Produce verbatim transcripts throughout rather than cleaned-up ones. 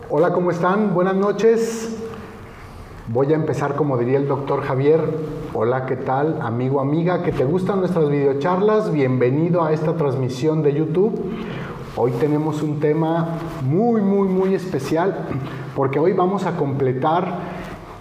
Hola, ¿cómo están? Buenas noches. Voy a empezar como diría el doctor Javier. Hola, ¿qué tal? Amigo, amiga, ¿que te gustan nuestras videocharlas? Bienvenido a esta transmisión de YouTube. Hoy tenemos un tema muy, muy, muy especial porque hoy vamos a completar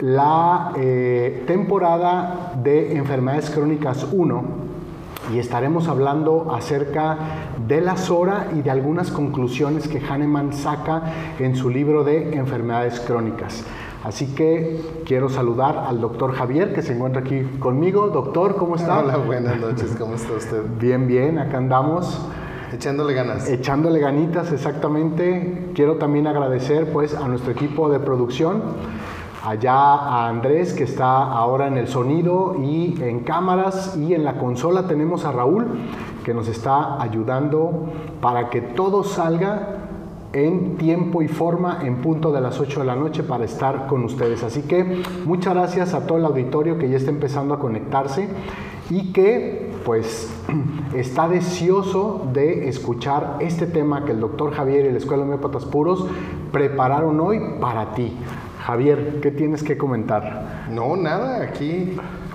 la eh, temporada de Enfermedades Crónicas uno y estaremos hablando acerca de la SORA y de algunas conclusiones que Hahnemann saca en su libro de Enfermedades Crónicas. Así que quiero saludar al doctor Javier, que se encuentra aquí conmigo. Doctor, ¿cómo está? Hola, buenas noches, ¿cómo está usted? Bien, bien, acá andamos. Echándole ganas. Echándole ganitas, exactamente. Quiero también agradecer pues a nuestro equipo de producción, allá a Andrés, que está ahora en el sonido y en cámaras, y en la consola tenemos a Raúl, que nos está ayudando para que todo salga en tiempo y forma en punto de las ocho de la noche para estar con ustedes. Así que muchas gracias a todo el auditorio que ya está empezando a conectarse y que pues está deseoso de escuchar este tema que el doctor Javier y la Escuela de Homeópatas Puros prepararon hoy para ti. Javier, ¿qué tienes que comentar? No, nada, aquí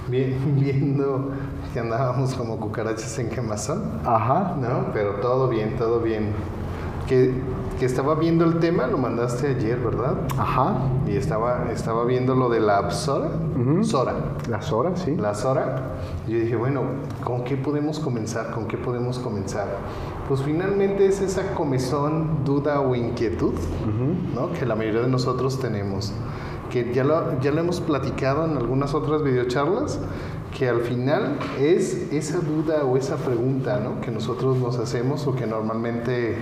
viendo que andábamos como cucarachas en quemazón. Ajá. No, pero todo bien, todo bien. Que, que estaba viendo el tema, lo mandaste ayer, ¿verdad? Ajá. Y estaba, estaba viendo lo de la SORA. Uh-huh. SORA. La SORA, sí. La SORA. Y yo dije, bueno, ¿con qué podemos comenzar? ¿Con qué podemos comenzar? Pues finalmente es esa comezón, duda o inquietud, uh-huh, ¿no? Que la mayoría de nosotros tenemos. Que ya lo, ya lo hemos platicado en algunas otras videocharlas, que al final es esa duda o esa pregunta, ¿no? Que nosotros nos hacemos o que normalmente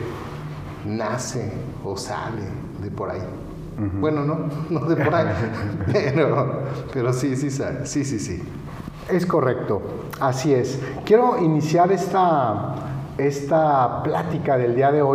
nace o sale de por ahí. Uh-huh. Bueno, no, no de por ahí, pero, pero sí, sí, sale. sí, sí, sí. Es correcto, así es. Quiero iniciar esta, esta plática del día de hoy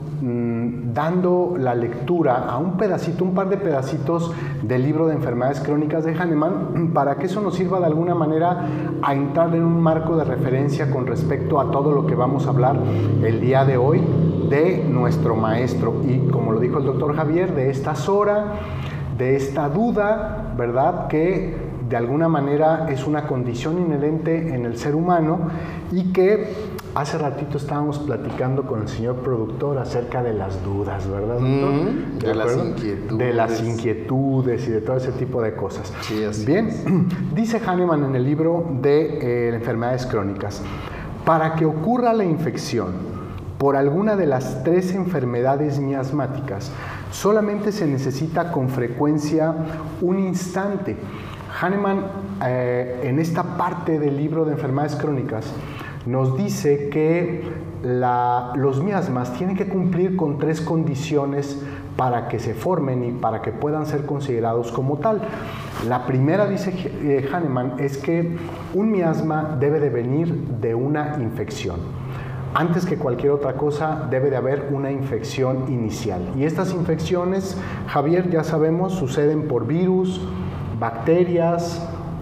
mmm, dando la lectura a un pedacito, un par de pedacitos del libro de Enfermedades Crónicas de Hahnemann, para que eso nos sirva de alguna manera a entrar en un marco de referencia con respecto a todo lo que vamos a hablar el día de hoy de nuestro maestro, y como lo dijo el doctor Javier, de esta SORA, de esta duda, ¿verdad?, que de alguna manera es una condición inherente en el ser humano y que hace ratito estábamos platicando con el señor productor acerca de las dudas, ¿verdad, doctor? Mm, de, de las inquietudes. De las inquietudes y de todo ese tipo de cosas. Sí, así Bien, es. Dice Hahnemann en el libro de eh, Enfermedades Crónicas, para que ocurra la infección por alguna de las tres enfermedades miasmáticas, solamente se necesita con frecuencia un instante. Hahnemann, eh, en esta parte del libro de Enfermedades Crónicas, nos dice que la, los miasmas tienen que cumplir con tres condiciones para que se formen y para que puedan ser considerados como tal. La primera, dice eh, Hahnemann, es que un miasma debe de venir de una infección. Antes que cualquier otra cosa, debe de haber una infección inicial. Y estas infecciones, Javier, ya sabemos, suceden por virus, bacterias,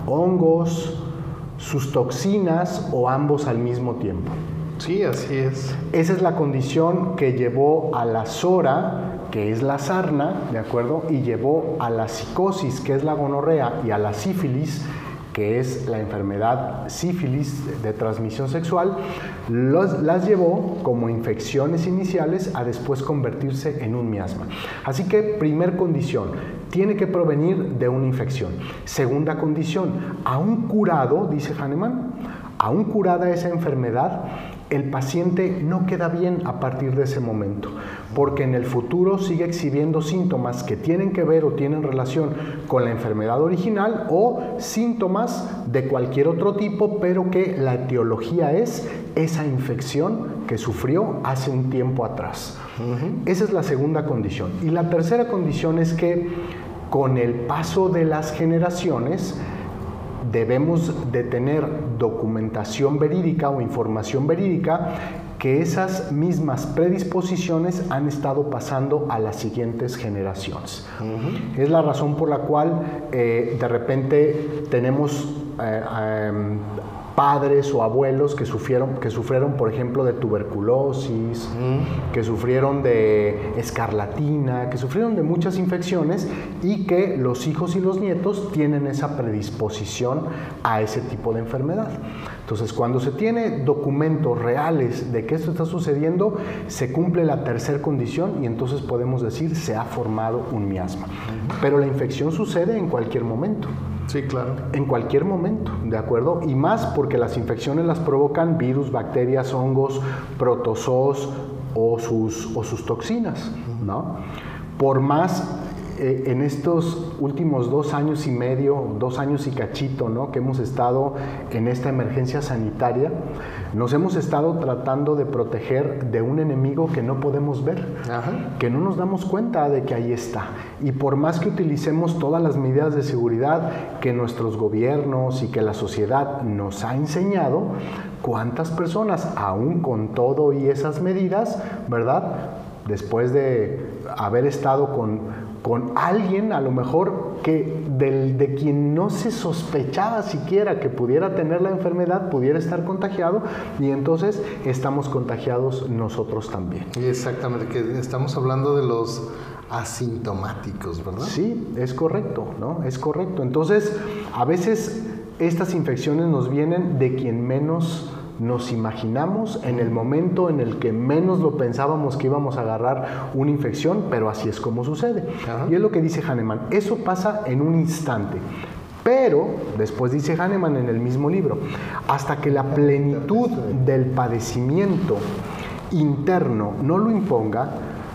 hongos, sus toxinas o ambos al mismo tiempo. Sí, así es. Esa es la condición que llevó a la SORA, que es la sarna, ¿de acuerdo? Y llevó a la psicosis, que es la gonorrea, y a la sífilis, que es la enfermedad sífilis de transmisión sexual, los, las llevó como infecciones iniciales a después convertirse en un miasma. Así que, primer condición, tiene que provenir de una infección. Segunda condición, aún curado, dice Hahnemann, aún curada esa enfermedad, el paciente no queda bien a partir de ese momento, porque en el futuro sigue exhibiendo síntomas que tienen que ver o tienen relación con la enfermedad original o síntomas de cualquier otro tipo, pero que la etiología es esa infección que sufrió hace un tiempo atrás. Uh-huh. Esa es la segunda condición. Y la tercera condición es que con el paso de las generaciones debemos de tener documentación verídica o información verídica que esas mismas predisposiciones han estado pasando a las siguientes generaciones. Uh-huh. Es la razón por la cual eh, de repente tenemos eh, eh, padres o abuelos que sufrieron, que sufrieron, por ejemplo, de tuberculosis, mm. que sufrieron de escarlatina, que sufrieron de muchas infecciones y que los hijos y los nietos tienen esa predisposición a ese tipo de enfermedad. Entonces, cuando se tiene documentos reales de que esto está sucediendo, se cumple la tercera condición y entonces podemos decir se ha formado un miasma. Uh-huh. Pero la infección sucede en cualquier momento. Sí, claro. En cualquier momento, ¿de acuerdo? Y más porque las infecciones las provocan virus, bacterias, hongos, protozoos o sus, o sus toxinas, ¿no? Por más... Eh, en estos últimos dos años y medio, dos años y cachito, ¿no?, que hemos estado en esta emergencia sanitaria, nos hemos estado tratando de proteger de un enemigo que no podemos ver, Ajá. que no nos damos cuenta de que ahí está. Y por más que utilicemos todas las medidas de seguridad que nuestros gobiernos y que la sociedad nos ha enseñado, ¿cuántas personas, aún con todo y esas medidas, verdad?, después de haber estado con con alguien a lo mejor que del, de quien no se sospechaba siquiera que pudiera tener la enfermedad, pudiera estar contagiado, y entonces estamos contagiados nosotros también. Exactamente, que estamos hablando de los asintomáticos, ¿verdad? Sí, es correcto, ¿no? Es correcto. Entonces, a veces estas infecciones nos vienen de quien menos nos imaginamos, en el momento en el que menos lo pensábamos que íbamos a agarrar una infección, pero así es como sucede. Ajá. Y es lo que dice Hahnemann, eso pasa en un instante. Pero, después dice Hahnemann en el mismo libro, hasta que la plenitud del padecimiento interno no lo imponga,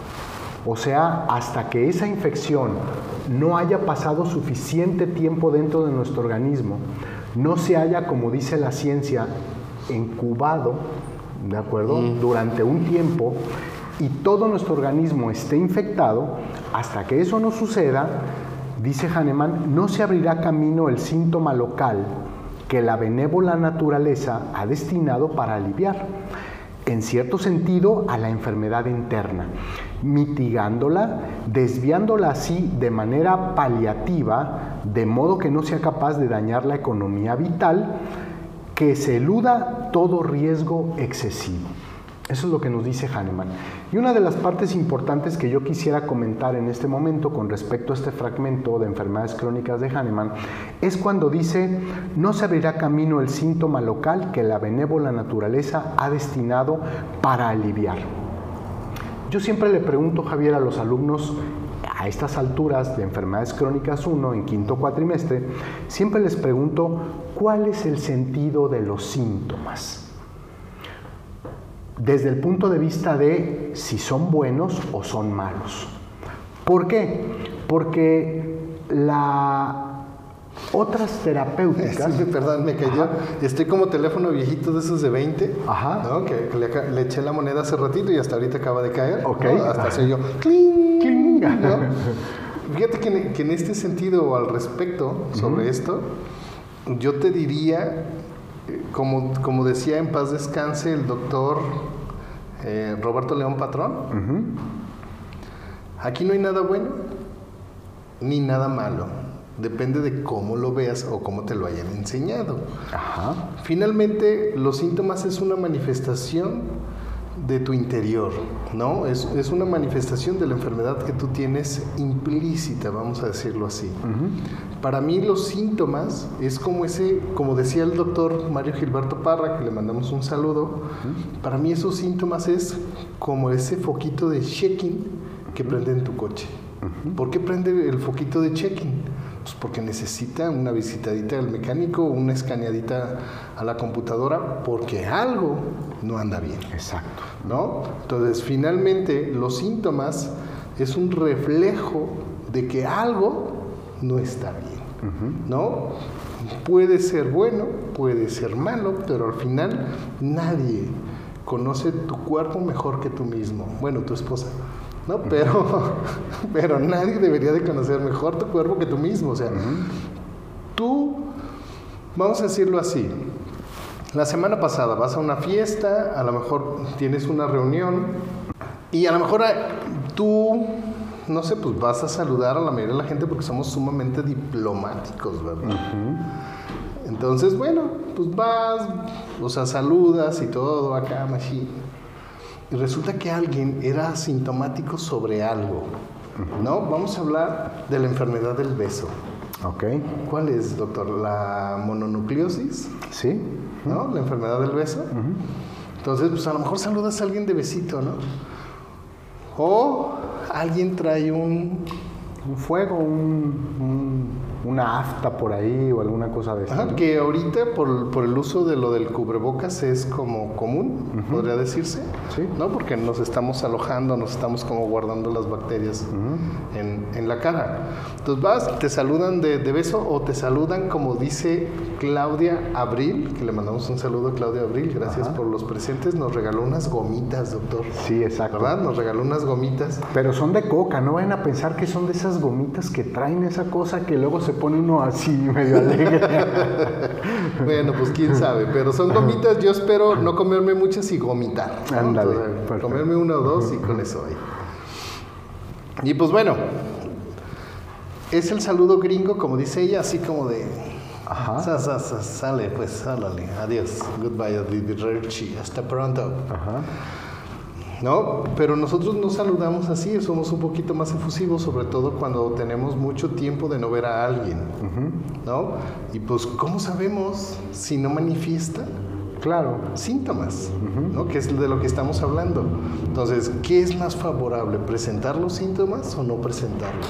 o sea, hasta que esa infección no haya pasado suficiente tiempo dentro de nuestro organismo, no se haya, como dice la ciencia, incubado, ¿de acuerdo?, mm. durante un tiempo, y todo nuestro organismo esté infectado, hasta que eso no suceda, dice Hahnemann, no se abrirá camino el síntoma local que la benévola naturaleza ha destinado para aliviar, en cierto sentido, a la enfermedad interna, mitigándola, desviándola así de manera paliativa, de modo que no sea capaz de dañar la economía vital, que se eluda todo riesgo excesivo. Eso es lo que nos dice Hahnemann. Y una de las partes importantes que yo quisiera comentar en este momento con respecto a este fragmento de enfermedades crónicas de Hahnemann es cuando dice, no se abrirá camino el síntoma local que la benévola naturaleza ha destinado para aliviar. Yo siempre le pregunto, Javier, a los alumnos a estas alturas de enfermedades crónicas uno, en quinto cuatrimestre, siempre les pregunto, ¿cuál es el sentido de los síntomas? Desde el punto de vista de si son buenos o son malos. ¿Por qué? Porque la... otras terapéuticas... Sí, perdón, me cayó. Ajá. Estoy como teléfono viejito de esos de veinte, Ajá. ¿no? Que, que le, le eché la moneda hace ratito y hasta ahorita acaba de caer. Okay. ¿no? Hasta soy yo. ¡Cling! ¡Cling! ¿no? Fíjate que en, que en este sentido o al respecto sobre uh-huh. esto, yo te diría, como, como decía en paz descanse el doctor eh, Roberto León Patrón, uh-huh. aquí no hay nada bueno ni nada malo. Depende de cómo lo veas o cómo te lo hayan enseñado. Ajá. Finalmente, los síntomas es una manifestación de tu interior, ¿no? Es, es una manifestación de la enfermedad que tú tienes implícita, vamos a decirlo así. Uh-huh. Para mí los síntomas es como ese, como decía el doctor Mario Gilberto Parra, que le mandamos un saludo, uh-huh. para mí esos síntomas es como ese foquito de checking que prende en tu coche. Uh-huh. ¿Por qué prende el foquito de checking? Pues porque necesita una visitadita al mecánico, una escaneadita a la computadora, porque algo no anda bien. Exacto. ¿No? Entonces, finalmente, los síntomas es un reflejo de que algo no está bien. Uh-huh. ¿No? Puede ser bueno, puede ser malo, pero al final nadie conoce tu cuerpo mejor que tú mismo. Bueno, tu esposa. ¿no? Pero, pero nadie debería de conocer mejor tu cuerpo que tú mismo. O sea, uh-huh. tú, vamos a decirlo así, la semana pasada vas a una fiesta, a lo mejor tienes una reunión y a lo mejor tú, no sé, pues vas a saludar a la mayoría de la gente porque somos sumamente diplomáticos, ¿verdad? Uh-huh. Entonces, bueno, pues vas, o sea, saludas y todo acá, machín. Y resulta que alguien era asintomático sobre algo, ¿no? Vamos a hablar de la enfermedad del beso. Ok. ¿Cuál es, doctor? ¿La mononucleosis? Sí. ¿No? La enfermedad del beso. Uh-huh. Entonces, pues a lo mejor saludas a alguien de besito, ¿no? O alguien trae un... Un fuego, un, un, una afta por ahí o alguna cosa de eso. Ajá, ¿no? Que ahorita por, por el uso de lo del cubrebocas es como común, uh-huh. podría decirse, sí. ¿no? Porque nos estamos alojando, nos estamos como guardando las bacterias uh-huh. en, en la cara. Entonces vas, te saludan de, de beso o te saludan como dice Claudia Abril, que le mandamos un saludo a Claudia Abril, gracias Ajá. por los presentes, nos regaló unas gomitas, doctor. Sí, exacto. ¿Verdad? Nos regaló unas gomitas. Pero son de coca, no vayan a pensar que son de esas gomitas que traen esa cosa que luego se pone uno así medio alegre. Bueno, pues quién sabe, pero son gomitas, yo espero no comerme muchas y vomitar, ¿no? Ándale, Entonces, comerme una o dos y con eso ahí. Y pues bueno, es el saludo gringo, como dice ella, así como de... Ajá. Sa, sa, sa, sale, pues, sálale, adiós, goodbye, arrivederci, hasta pronto. Ajá. ¿No? Pero nosotros no saludamos así, somos un poquito más efusivos, sobre todo cuando tenemos mucho tiempo de no ver a alguien, uh-huh. ¿no? Y pues, ¿cómo sabemos si no manifiesta? Claro. Síntomas, uh-huh. ¿no? Que es de lo que estamos hablando. Entonces, ¿qué es más favorable? ¿Presentar los síntomas o no presentarlos?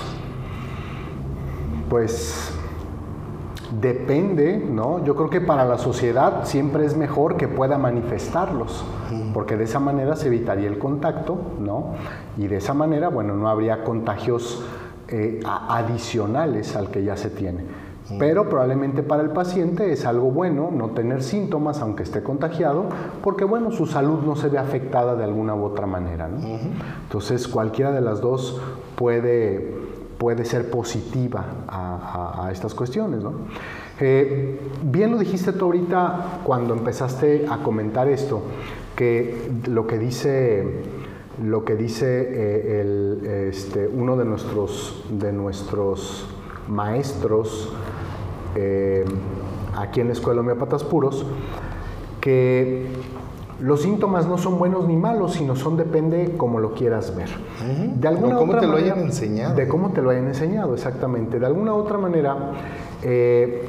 Pues... depende, ¿no? Yo creo que para la sociedad siempre es mejor que pueda manifestarlos, porque de esa manera se evitaría el contacto, ¿no? Y de esa manera, bueno, no habría contagios eh, adicionales al que ya se tiene. Pero probablemente para el paciente es algo bueno no tener síntomas aunque esté contagiado, porque bueno, su salud no se ve afectada de alguna u otra manera, ¿no? Uh-huh. Entonces cualquiera de las dos puede... puede ser positiva a, a, a estas cuestiones, ¿no? Eh, bien lo dijiste tú ahorita cuando empezaste a comentar esto, que lo que dice, lo que dice eh, el, este, uno de nuestros, de nuestros maestros eh, aquí en la Escuela de Homeópatas Puros, que los síntomas no son buenos ni malos, sino son depende como lo quieras ver. Uh-huh. De alguna cómo otra te manera, lo hayan enseñado. De cómo te lo hayan enseñado, exactamente. De alguna otra manera, eh,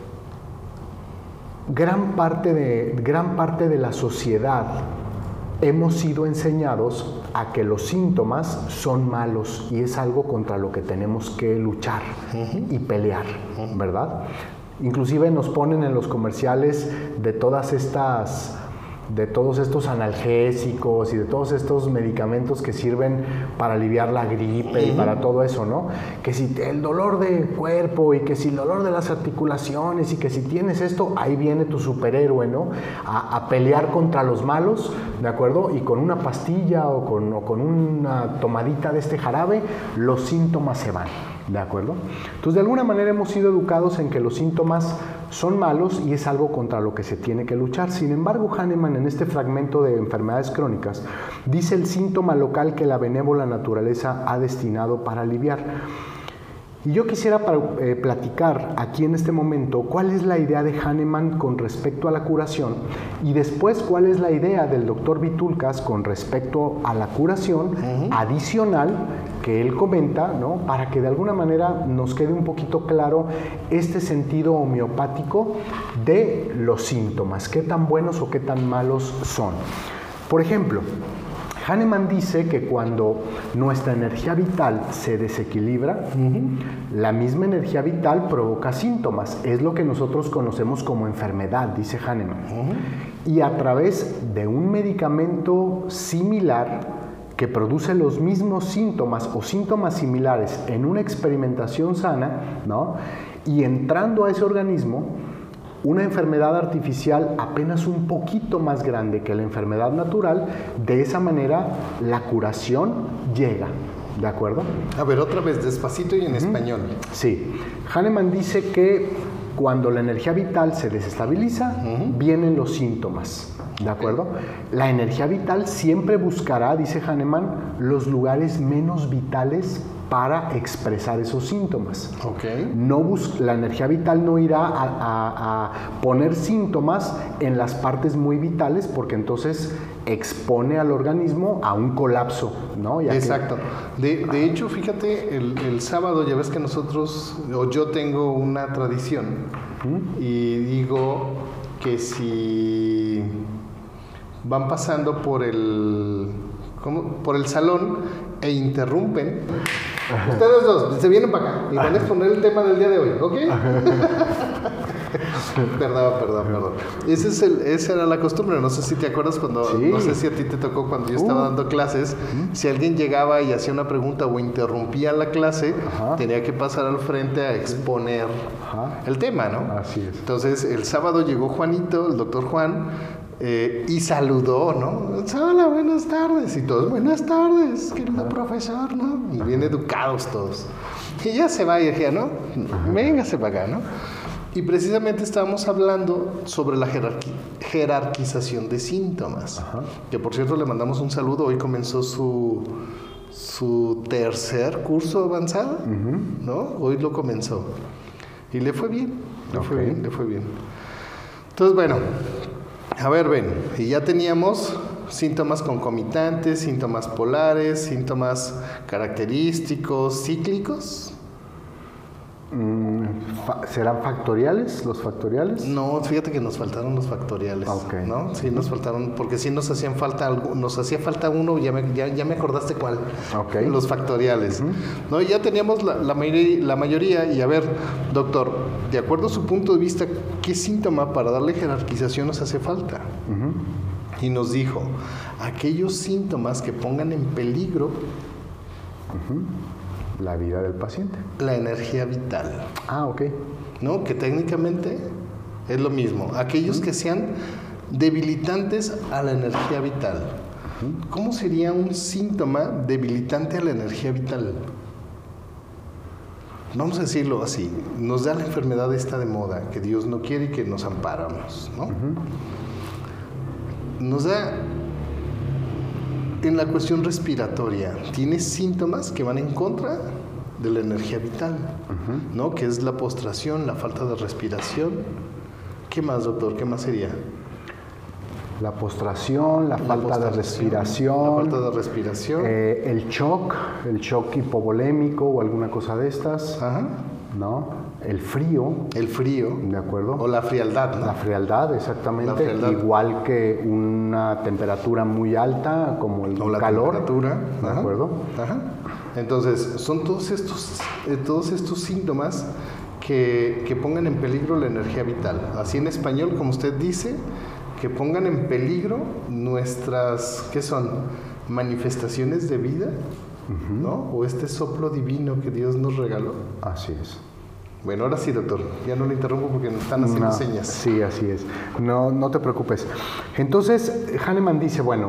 gran, parte de, gran parte de la sociedad hemos sido enseñados a que los síntomas son malos y es algo contra lo que tenemos que luchar uh-huh. y pelear, uh-huh. ¿verdad? Inclusive nos ponen en los comerciales de todas estas... de todos estos analgésicos y de todos estos medicamentos que sirven para aliviar la gripe uh-huh. y para todo eso, ¿no? Que si el dolor de cuerpo y que si el dolor de las articulaciones y que si tienes esto, ahí viene tu superhéroe, ¿no? A, a pelear contra los malos, ¿de acuerdo? Y con una pastilla o con, o con una tomadita de este jarabe, los síntomas se van, ¿de acuerdo? Entonces, de alguna manera hemos sido educados en que los síntomas son malos y es algo contra lo que se tiene que luchar. Sin embargo, Hahnemann en este fragmento de enfermedades crónicas dice el síntoma local que la benévola naturaleza ha destinado para aliviar. Y yo quisiera para, eh, platicar aquí en este momento cuál es la idea de Hahnemann con respecto a la curación y después cuál es la idea del doctor Vitulcas con respecto a la curación uh-huh. adicional que él comenta, ¿no? Para que de alguna manera nos quede un poquito claro este sentido homeopático de los síntomas, qué tan buenos o qué tan malos son. Por ejemplo, Hahnemann dice que cuando nuestra energía vital se desequilibra, uh-huh. la misma energía vital provoca síntomas. Es lo que nosotros conocemos como enfermedad, dice Hahnemann. Uh-huh. Y a través de un medicamento similar que produce los mismos síntomas o síntomas similares en una experimentación sana, ¿no? Y entrando a ese organismo, una enfermedad artificial apenas un poquito más grande que la enfermedad natural, de esa manera la curación llega, ¿de acuerdo? A ver, otra vez, despacito y en uh-huh. español. Sí, Hahnemann dice que cuando la energía vital se desestabiliza, uh-huh. vienen los síntomas, ¿de acuerdo? La energía vital siempre buscará, dice Hahnemann, los lugares menos vitales para expresar esos síntomas. Okay. No bus la energía vital no irá a, a, a poner síntomas en las partes muy vitales, porque entonces expone al organismo a un colapso, ¿no? Ya Exacto. Que... De, de hecho, fíjate, el, el sábado ya ves que nosotros, o yo tengo una tradición, ¿Mm? y digo que si van pasando por el, ¿cómo? por el salón e interrumpen, ustedes dos se vienen para acá y van a exponer el tema del día de hoy, ¿ok? Perdón, perdón, perdón. Ese es el, esa era la costumbre. No sé si te acuerdas cuando, sí. no sé si a ti te tocó cuando yo estaba uh. dando clases, uh. si alguien llegaba y hacía una pregunta o interrumpía la clase, Ajá. tenía que pasar al frente a exponer Ajá. el tema, ¿no? Así es. Entonces, el sábado llegó Juanito, el doctor Juan, Eh, y saludó, ¿no? Hola, buenas tardes. Y todos, buenas tardes, querido profesor, ¿no? Y bien educados todos. Y ya se va y decía, ¿no? Véngase para acá, ¿no? Y precisamente estábamos hablando sobre la jerarqui jerarquización de síntomas. Ajá. Que por cierto le mandamos un saludo. Hoy comenzó su, su tercer curso avanzado, uh-huh. ¿no? Hoy lo comenzó. Y le fue bien, le okay. fue bien, le fue bien. Entonces, bueno... A ver, ven, y ya teníamos síntomas concomitantes, síntomas polares, síntomas característicos, cíclicos. ¿Serán factoriales, los factoriales? No, fíjate que nos faltaron los factoriales, okay. ¿no? Sí, nos faltaron, porque sí nos hacían falta algo, nos hacía falta uno, ya me, ya, ya me acordaste cuál, okay. los factoriales, uh-huh. ¿no? Ya teníamos la, la, mayoría, la mayoría, y a ver, doctor, de acuerdo a su punto de vista, ¿qué síntoma para darle jerarquización nos hace falta? Uh-huh. Y nos dijo, aquellos síntomas que pongan en peligro uh-huh. la vida del paciente. La energía vital. Ah, ok. ¿No? Que técnicamente es lo mismo. Aquellos uh-huh. que sean debilitantes a la energía vital. Uh-huh. ¿Cómo sería un síntoma debilitante a la energía vital? Vamos a decirlo así. Nos da la enfermedad esta de moda, que Dios no quiere y que nos amparamos, ¿no? Uh-huh. Nos da... En la cuestión respiratoria, tienes síntomas que van en contra de la energía vital, uh-huh. ¿no? Que es la postración, la falta de respiración. ¿Qué más, doctor? ¿Qué más sería? La postración, la, la falta postración, de respiración. La falta de respiración. Eh, el shock, el shock hipovolémico o alguna cosa de estas. Ajá. ¿No? El frío. El frío. ¿De acuerdo? O la frialdad, ¿no? La frialdad, exactamente. La frialdad. Igual que una temperatura muy alta, como el o la calor. temperatura. ¿De Ajá. acuerdo? Ajá. Entonces, son todos estos, eh, todos estos síntomas que, que pongan en peligro la energía vital. Así en español, como usted dice, que pongan en peligro nuestras, ¿qué son? Manifestaciones de vida, uh-huh. ¿no? O este soplo divino que Dios nos regaló. Así es. Bueno, ahora sí, doctor. Ya no le interrumpo porque nos están haciendo no, señas. Sí, así es. No, no te preocupes. Entonces, Hahnemann dice, bueno,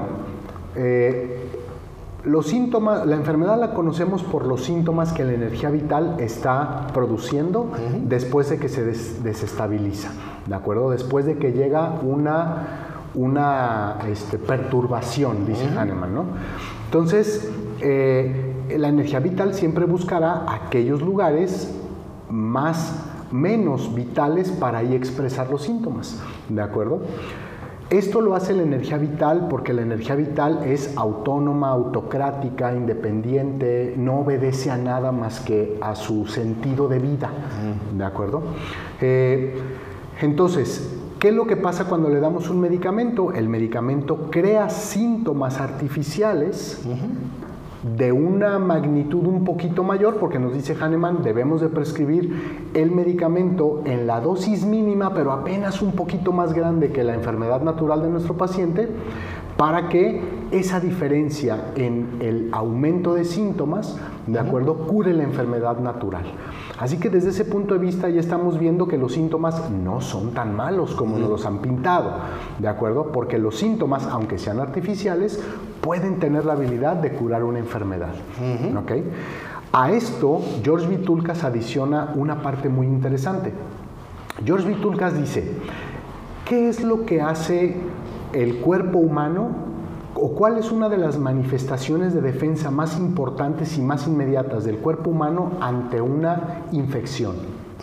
eh, los síntomas, la enfermedad la conocemos por los síntomas que la energía vital está produciendo uh-huh. después de que se des desestabiliza, ¿de acuerdo? Después de que llega una, una este, perturbación, dice uh-huh. Hahnemann, ¿no? Entonces, eh, la energía vital siempre buscará aquellos lugares más, menos vitales para ahí expresar los síntomas, ¿de acuerdo? Esto lo hace la energía vital porque la energía vital es autónoma, autocrática, independiente, no obedece a nada más que a su sentido de vida, ¿de acuerdo? Eh, entonces, ¿qué es lo que pasa cuando le damos un medicamento? El medicamento crea síntomas artificiales uh-huh. de una magnitud un poquito mayor, porque nos dice Hahnemann, debemos de prescribir el medicamento en la dosis mínima, pero apenas un poquito más grande que la enfermedad natural de nuestro paciente, para que esa diferencia en el aumento de síntomas, ¿de acuerdo?, cure la enfermedad natural. Así que desde ese punto de vista ya estamos viendo que los síntomas no son tan malos como nos los han pintado, ¿de acuerdo? Porque los síntomas, aunque sean artificiales, pueden tener la habilidad de curar una enfermedad, uh-huh. ¿ok? A esto, George Vitulcas adiciona una parte muy interesante. George Vitulcas dice, ¿qué es lo que hace el cuerpo humano, o cuál es una de las manifestaciones de defensa más importantes y más inmediatas del cuerpo humano ante una infección?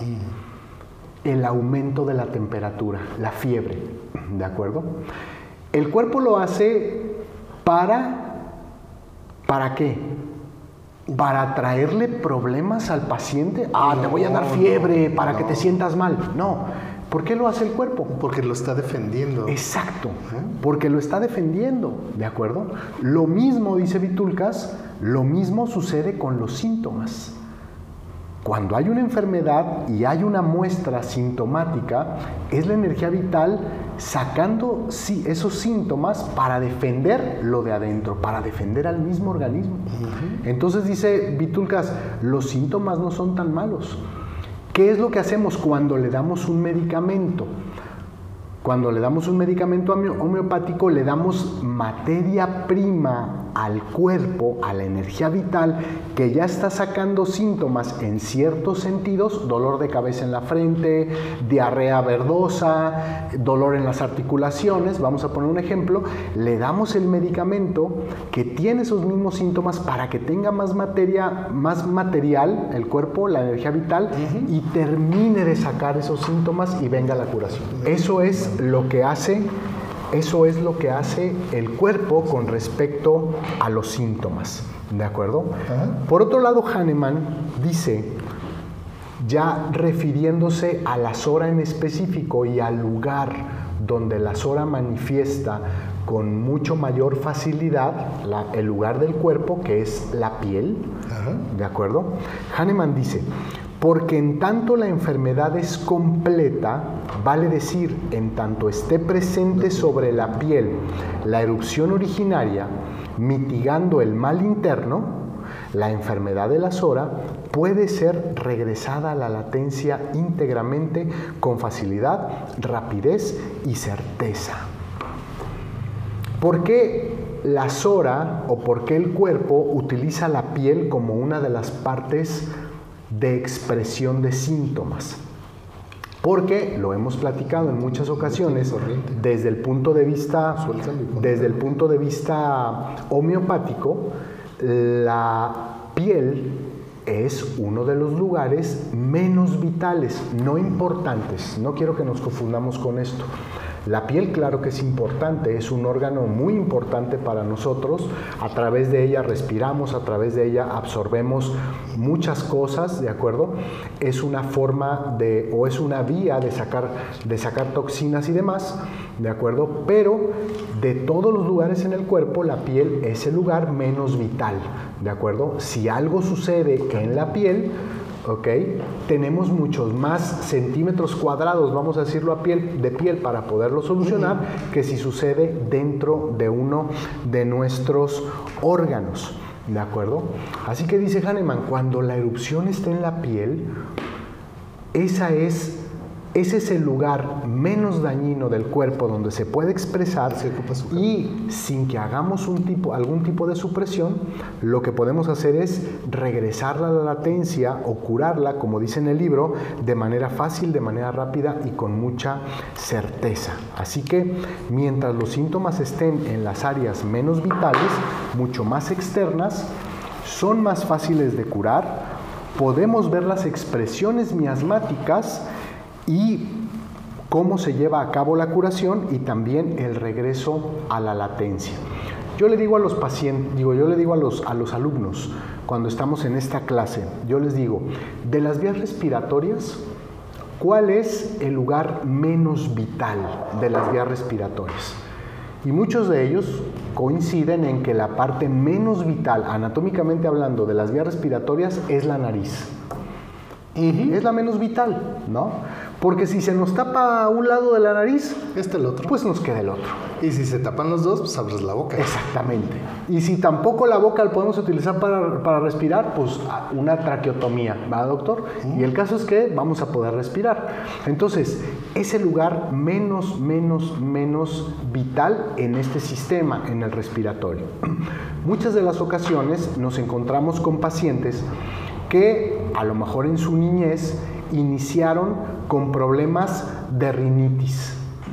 Mm. El aumento de la temperatura, la fiebre, ¿de acuerdo? El cuerpo lo hace para, ¿para qué? ¿Para traerle problemas al paciente? Ah, no, te voy a dar fiebre no, para no. que te sientas mal. No. ¿Por qué lo hace el cuerpo? Porque lo está defendiendo. Exacto, ¿eh? Porque lo está defendiendo, ¿de acuerdo? Lo mismo, dice Vitulcas, lo mismo sucede con los síntomas. Cuando hay una enfermedad y hay una muestra sintomática, es la energía vital sacando sí, esos síntomas para defender lo de adentro, para defender al mismo organismo. Uh-huh. Entonces dice Vitulcas, los síntomas no son tan malos. ¿Qué es lo que hacemos cuando le damos un medicamento? Cuando le damos un medicamento homeopático, le damos materia prima al cuerpo, a la energía vital, que ya está sacando síntomas en ciertos sentidos, dolor de cabeza en la frente, diarrea verdosa, dolor en las articulaciones, vamos a poner un ejemplo, le damos el medicamento que tiene esos mismos síntomas para que tenga más materia, más material, el cuerpo, la energía vital, uh-huh. y termine de sacar esos síntomas y venga la curación. Eso es lo que hace Eso es lo que hace el cuerpo con respecto a los síntomas, ¿de acuerdo? Uh-huh. Por otro lado, Hahnemann dice, ya refiriéndose a la sora en específico y al lugar donde la sora manifiesta con mucho mayor facilidad la, el lugar del cuerpo, que es la piel, uh-huh. ¿de acuerdo? Hahnemann dice, porque en tanto la enfermedad es completa, vale decir, en tanto esté presente sobre la piel la erupción originaria, mitigando el mal interno, la enfermedad de la sora puede ser regresada a la latencia íntegramente con facilidad, rapidez y certeza. ¿Por qué la sora o por qué el cuerpo utiliza la piel como una de las partes de expresión de síntomas? Porque lo hemos platicado en muchas ocasiones desde el punto de vista desde el punto de vista homeopático, la piel es uno de los lugares menos vitales, no importantes. No quiero que nos confundamos con esto. La piel, claro que es importante, es un órgano muy importante para nosotros. A través de ella respiramos, a través de ella absorbemos muchas cosas, ¿de acuerdo? Es una forma de, o es una vía de sacar, de sacar toxinas y demás, ¿de acuerdo? Pero de todos los lugares en el cuerpo, la piel es el lugar menos vital, ¿de acuerdo? Si algo sucede en la piel, ¿ok? Tenemos muchos más centímetros cuadrados, vamos a decirlo, a piel, de piel para poderlo solucionar, uh-huh. que si sucede dentro de uno de nuestros órganos, ¿de acuerdo? Así que dice Hahnemann, cuando la erupción está en la piel, esa es, ese es el lugar menos dañino del cuerpo donde se puede expresar, se ocupa su y sin que hagamos un tipo, algún tipo de supresión, lo que podemos hacer es regresarla a la latencia o curarla, como dice en el libro, de manera fácil, de manera rápida y con mucha certeza. Así que mientras los síntomas estén en las áreas menos vitales, mucho más externas, son más fáciles de curar, podemos ver las expresiones miasmáticas y cómo se lleva a cabo la curación y también el regreso a la latencia. Yo le digo a los pacientes, digo, yo le digo a los, a los alumnos, cuando estamos en esta clase, yo les digo, de las vías respiratorias, ¿cuál es el lugar menos vital de las vías respiratorias? Y muchos de ellos coinciden en que la parte menos vital, anatómicamente hablando, de las vías respiratorias es la nariz. Uh-huh. Es la menos vital, ¿no? Porque si se nos tapa un lado de la nariz, este el otro, pues nos queda el otro. Y si se tapan los dos, pues abres la boca. Exactamente. Y si tampoco la boca la podemos utilizar para, para respirar, pues una traqueotomía, ¿va, doctor? Uh-huh. Y el caso es que vamos a poder respirar. Entonces, es el lugar menos, menos, menos vital en este sistema, en el respiratorio. Muchas de las ocasiones nos encontramos con pacientes que a lo mejor en su niñez iniciaron con problemas de rinitis,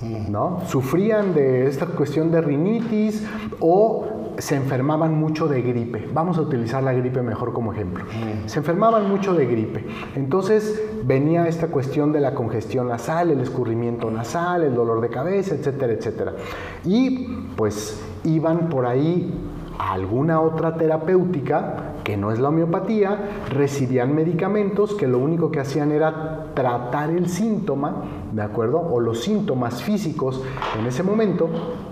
¿no? Sufrían de esta cuestión de rinitis o se enfermaban mucho de gripe. Vamos a utilizar la gripe mejor como ejemplo. Mm. Se enfermaban mucho de gripe. Entonces venía esta cuestión de la congestión nasal, el escurrimiento nasal, el dolor de cabeza, etcétera, etcétera. Y pues iban por ahí a alguna otra terapéutica que no es la homeopatía, recibían medicamentos que lo único que hacían era tratar el síntoma, ¿de acuerdo? O los síntomas físicos en ese momento.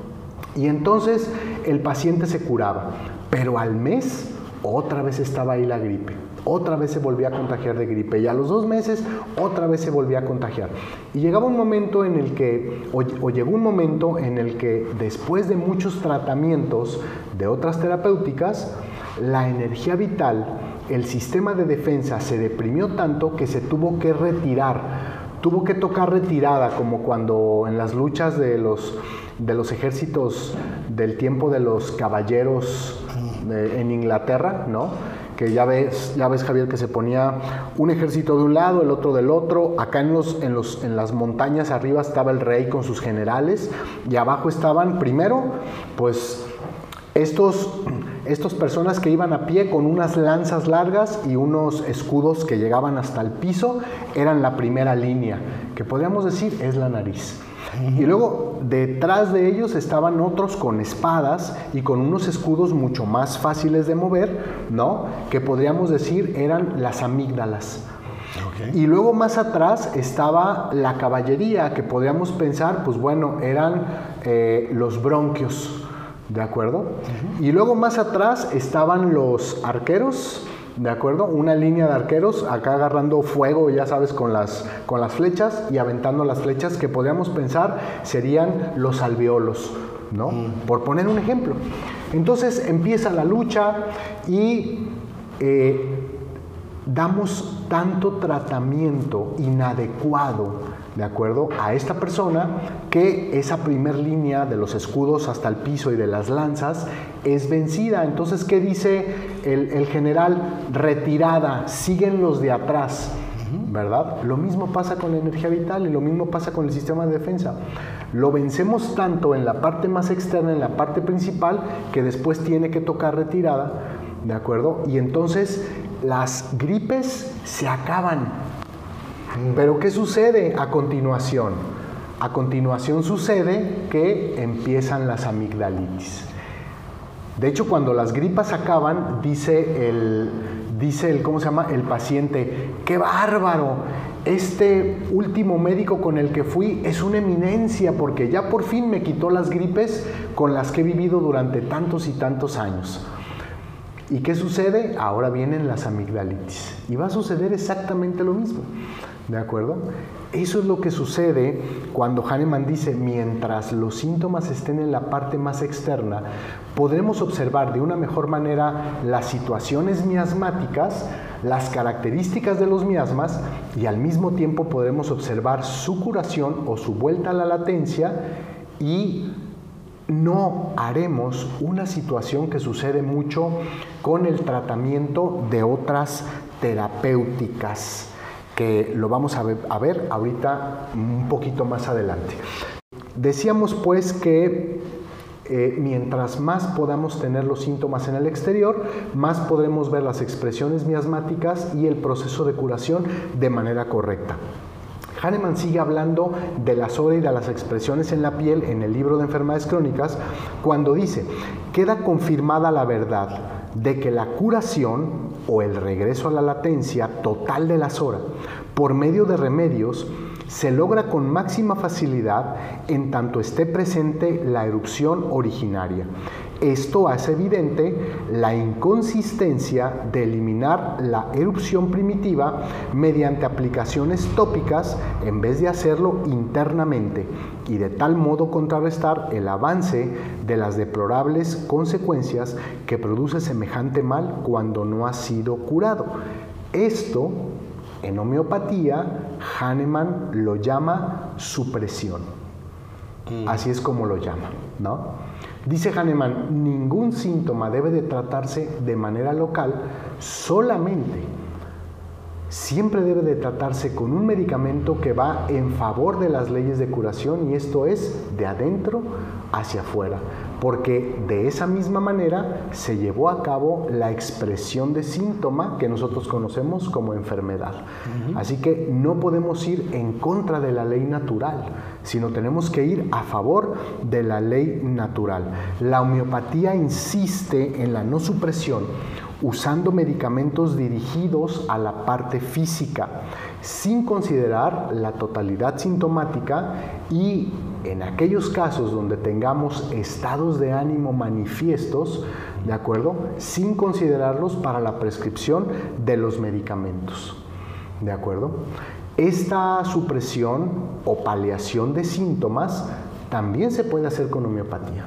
Y entonces el paciente se curaba, pero al mes otra vez estaba ahí la gripe, otra vez se volvía a contagiar de gripe y a los dos meses otra vez se volvía a contagiar. Y llegaba un momento en el que, o, o llegó un momento en el que después de muchos tratamientos de otras terapéuticas, la energía vital, el sistema de defensa se deprimió tanto que se tuvo que retirar, tuvo que tocar retirada, como cuando en las luchas de los de los ejércitos del tiempo de los caballeros de, en Inglaterra, ¿no? Que ya ves, ya ves, Javier, que se ponía un ejército de un lado, el otro del otro. Acá en, los, en, los, en las montañas arriba estaba el rey con sus generales y abajo estaban, primero, pues estos, estos personas que iban a pie con unas lanzas largas y unos escudos que llegaban hasta el piso, eran la primera línea, que podríamos decir es la nariz. Y luego detrás de ellos estaban otros con espadas y con unos escudos mucho más fáciles de mover, ¿no? Que podríamos decir eran las amígdalas. Okay. Y luego más atrás estaba la caballería, que podríamos pensar, pues bueno, eran eh, los bronquios, ¿de acuerdo? Uh-huh. Y luego más atrás estaban los arqueros, ¿de acuerdo? Una línea de arqueros acá agarrando fuego, ya sabes, con las, con las flechas y aventando las flechas, que podríamos pensar serían los alveolos, ¿no? Mm. Por poner un ejemplo. Entonces empieza la lucha y eh, damos tanto tratamiento inadecuado, ¿de acuerdo?, a esta persona, que esa primer línea de los escudos hasta el piso y de las lanzas es vencida. Entonces, ¿qué dice el, el general? Retirada, siguen los de atrás, ¿verdad? Lo mismo pasa con la energía vital y lo mismo pasa con el sistema de defensa. Lo vencemos tanto en la parte más externa, en la parte principal, que después tiene que tocar retirada, ¿de acuerdo? Y entonces las gripes se acaban. Pero ¿qué sucede a continuación? A continuación sucede que empiezan las amigdalitis. De hecho, cuando las gripas acaban, dice el, dice el, ¿cómo se llama?, el paciente, ¡qué bárbaro! Este último médico con el que fui es una eminencia porque ya por fin me quitó las gripes con las que he vivido durante tantos y tantos años. ¿Y qué sucede? Ahora vienen las amigdalitis. Y va a suceder exactamente lo mismo. ¿De acuerdo? Eso es lo que sucede cuando Hahnemann dice, mientras los síntomas estén en la parte más externa, podremos observar de una mejor manera las situaciones miasmáticas, las características de los miasmas, y al mismo tiempo podremos observar su curación o su vuelta a la latencia, y no haremos una situación que sucede mucho con el tratamiento de otras terapéuticas, que lo vamos a ver, a ver ahorita un poquito más adelante. Decíamos pues que eh, mientras más podamos tener los síntomas en el exterior, más podremos ver las expresiones miasmáticas y el proceso de curación de manera correcta. Hahnemann sigue hablando de la sobra y de las expresiones en la piel en el libro de enfermedades crónicas, cuando dice, queda confirmada la verdad de que la curación o el regreso a la latencia total de la sora por medio de remedios se logra con máxima facilidad en tanto esté presente la erupción originaria. Esto hace evidente la inconsistencia de eliminar la erupción primitiva mediante aplicaciones tópicas en vez de hacerlo internamente, y de tal modo contrarrestar el avance de las deplorables consecuencias que produce semejante mal cuando no ha sido curado. Esto, en homeopatía, Hahnemann lo llama supresión. Mm. Así es como lo llama, ¿no? Dice Hahnemann, ningún síntoma debe de tratarse de manera local solamente siempre debe de tratarse con un medicamento que va en favor de las leyes de curación, y esto es de adentro hacia afuera, porque de esa misma manera se llevó a cabo la expresión de síntoma que nosotros conocemos como enfermedad. Uh-huh. Así que no podemos ir en contra de la ley natural, sino tenemos que ir a favor de la ley natural. La homeopatía insiste en la no supresión, usando medicamentos dirigidos a la parte física, sin considerar la totalidad sintomática, y en aquellos casos donde tengamos estados de ánimo manifiestos, ¿de acuerdo?, sin considerarlos para la prescripción de los medicamentos, ¿de acuerdo? Esta supresión o paliación de síntomas también se puede hacer con homeopatía.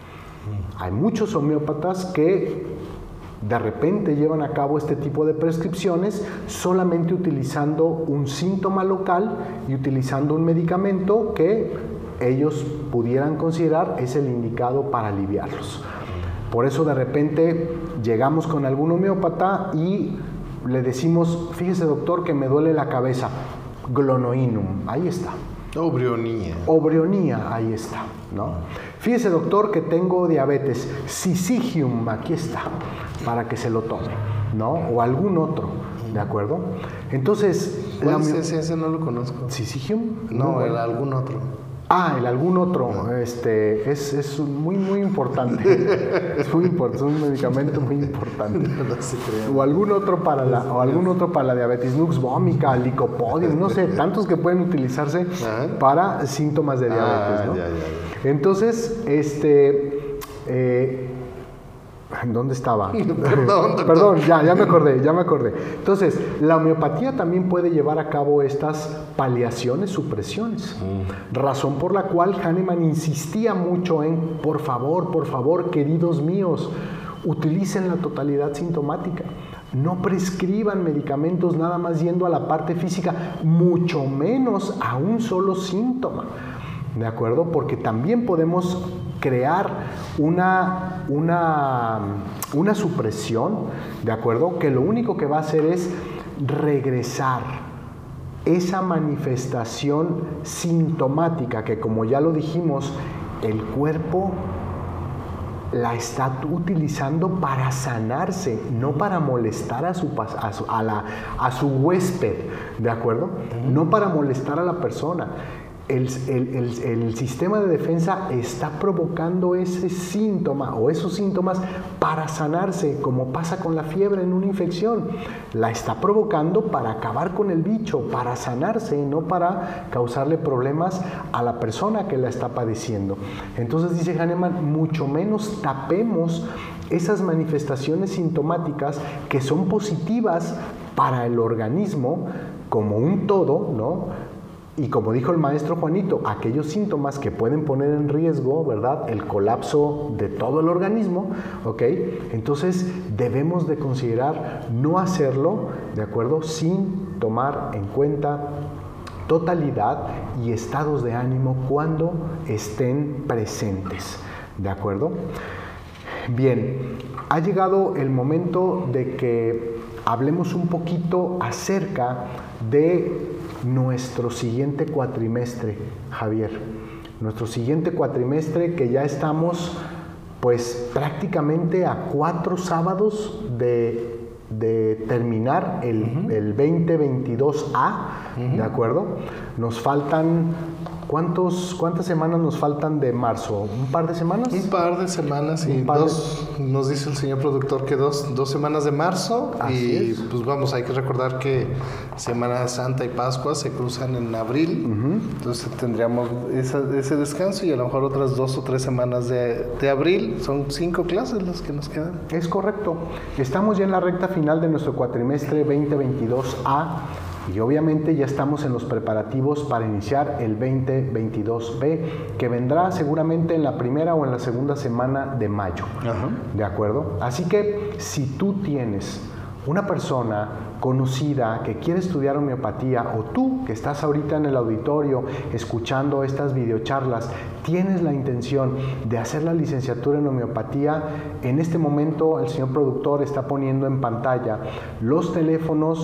Hay muchos homeópatas que de repente llevan a cabo este tipo de prescripciones solamente utilizando un síntoma local y utilizando un medicamento que ellos pudieran considerar es el indicado para aliviarlos. Por eso de repente llegamos con algún homeópata y le decimos: fíjese, doctor, que me duele la cabeza, glonoinum, ahí está. Obrionía. Obrionía, ahí está, ¿no? Fíjese, doctor, que tengo diabetes, Syzygium, aquí está, para que se lo tome, ¿no? O algún otro, ¿de acuerdo? Entonces... ¿Cuál es ese? Ese no lo conozco. ¿Syzygium? No, no, el algún otro. Ah, el algún otro, no. este, es, es muy, muy importante. Es muy importante, es un medicamento muy importante. No, no se crean. O algún otro para la, o algún otro para la diabetes, Nux vomica, Lycopodium, no sé, tantos que pueden utilizarse Ajá. para síntomas de diabetes, ah, ¿no? Ya, ya, ya. Entonces, este, eh, ¿dónde estaba? Perdón, Perdón, ya, ya me acordé, ya me acordé. Entonces, la homeopatía también puede llevar a cabo estas paliaciones, supresiones. Mm. Razón por la cual Hahnemann insistía mucho en, por favor, por favor, queridos míos, utilicen la totalidad sintomática. No prescriban medicamentos nada más yendo a la parte física, mucho menos a un solo síntoma. ¿De acuerdo? Porque también podemos crear una, una, una supresión, ¿de acuerdo?, que lo único que va a hacer es regresar esa manifestación sintomática que, como ya lo dijimos, el cuerpo la está utilizando para sanarse, no para molestar a su, a su, a la, a su huésped, ¿de acuerdo? No para molestar a la persona. El, el, el, el sistema de defensa está provocando ese síntoma o esos síntomas para sanarse, como pasa con la fiebre en una infección. La está provocando para acabar con el bicho, para sanarse, no para causarle problemas a la persona que la está padeciendo. Entonces, dice Hahnemann, mucho menos tapemos esas manifestaciones sintomáticas que son positivas para el organismo como un todo, ¿no? Y como dijo el maestro Juanito, aquellos síntomas que pueden poner en riesgo, ¿verdad?, el colapso de todo el organismo, ¿ok? Entonces debemos de considerar no hacerlo, ¿de acuerdo?, sin tomar en cuenta totalidad y estados de ánimo cuando estén presentes, ¿de acuerdo? Bien, ha llegado el momento de que hablemos un poquito acerca de nuestro siguiente cuatrimestre, Javier. Nuestro siguiente cuatrimestre, que ya estamos pues prácticamente a cuatro sábados de, de terminar el, uh-huh. el veinte veintidós A, uh-huh. ¿de acuerdo? Nos faltan, ¿cuántos, ¿cuántas semanas nos faltan de marzo? ¿Un par de semanas? Un par de semanas y dos, de... nos dice el señor productor que dos, dos semanas de marzo. Así y es. Pues vamos, hay que recordar que Semana Santa y Pascua se cruzan en abril, uh-huh. entonces tendríamos esa, ese descanso y a lo mejor otras dos o tres semanas de, de abril. Son cinco clases las que nos quedan. Es correcto. Estamos ya en la recta final de nuestro cuatrimestre veinte veintidós A. Y obviamente ya estamos en los preparativos para iniciar el veinte veintidós B, que vendrá seguramente en la primera o en la segunda semana de mayo. Ajá. ¿De acuerdo? Así que si tú tienes una persona conocida que quiere estudiar homeopatía, o tú que estás ahorita en el auditorio escuchando estas videocharlas, tienes la intención de hacer la licenciatura en homeopatía, en este momento el señor productor está poniendo en pantalla los teléfonos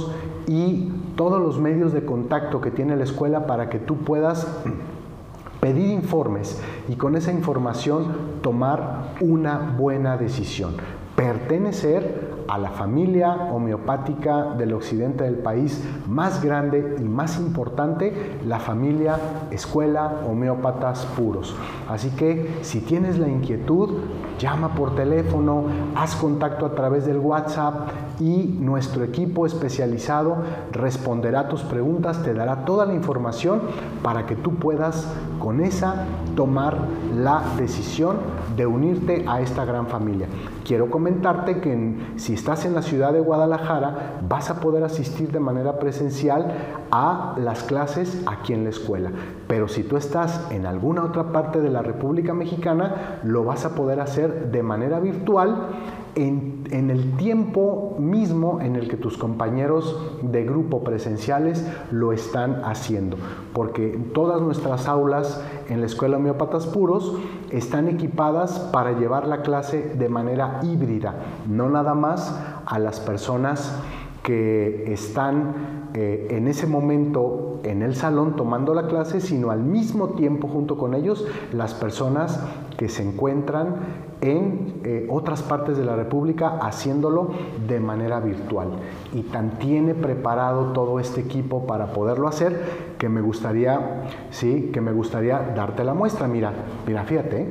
y todos los medios de contacto que tiene la escuela para que tú puedas pedir informes y con esa información tomar una buena decisión. Pertenecer a la familia homeopática del occidente del país más grande y más importante, la familia Escuela Homeópatas Puros. Así que si tienes la inquietud, llama por teléfono, haz contacto a través del WhatsApp y nuestro equipo especializado responderá tus preguntas, te dará toda la información para que tú puedas con esa tomar la decisión de unirte a esta gran familia. Quiero comentarte que en, si estás en la ciudad de Guadalajara, vas a poder asistir de manera presencial a las clases aquí en la escuela. Pero si tú estás en alguna otra parte de la República Mexicana, lo vas a poder hacer de manera virtual en, en el tiempo mismo en el que tus compañeros de grupo presenciales lo están haciendo. Porque todas nuestras aulas en la Escuela Homeópatas Puros están equipadas para llevar la clase de manera híbrida, no nada más a las personas que están eh, en ese momento en el salón tomando la clase, sino al mismo tiempo junto con ellos las personas que se encuentran en eh, otras partes de la República haciéndolo de manera virtual. Y tan tiene preparado todo este equipo para poderlo hacer que me gustaría, sí, que me gustaría darte la muestra. Mira, mira, fíjate,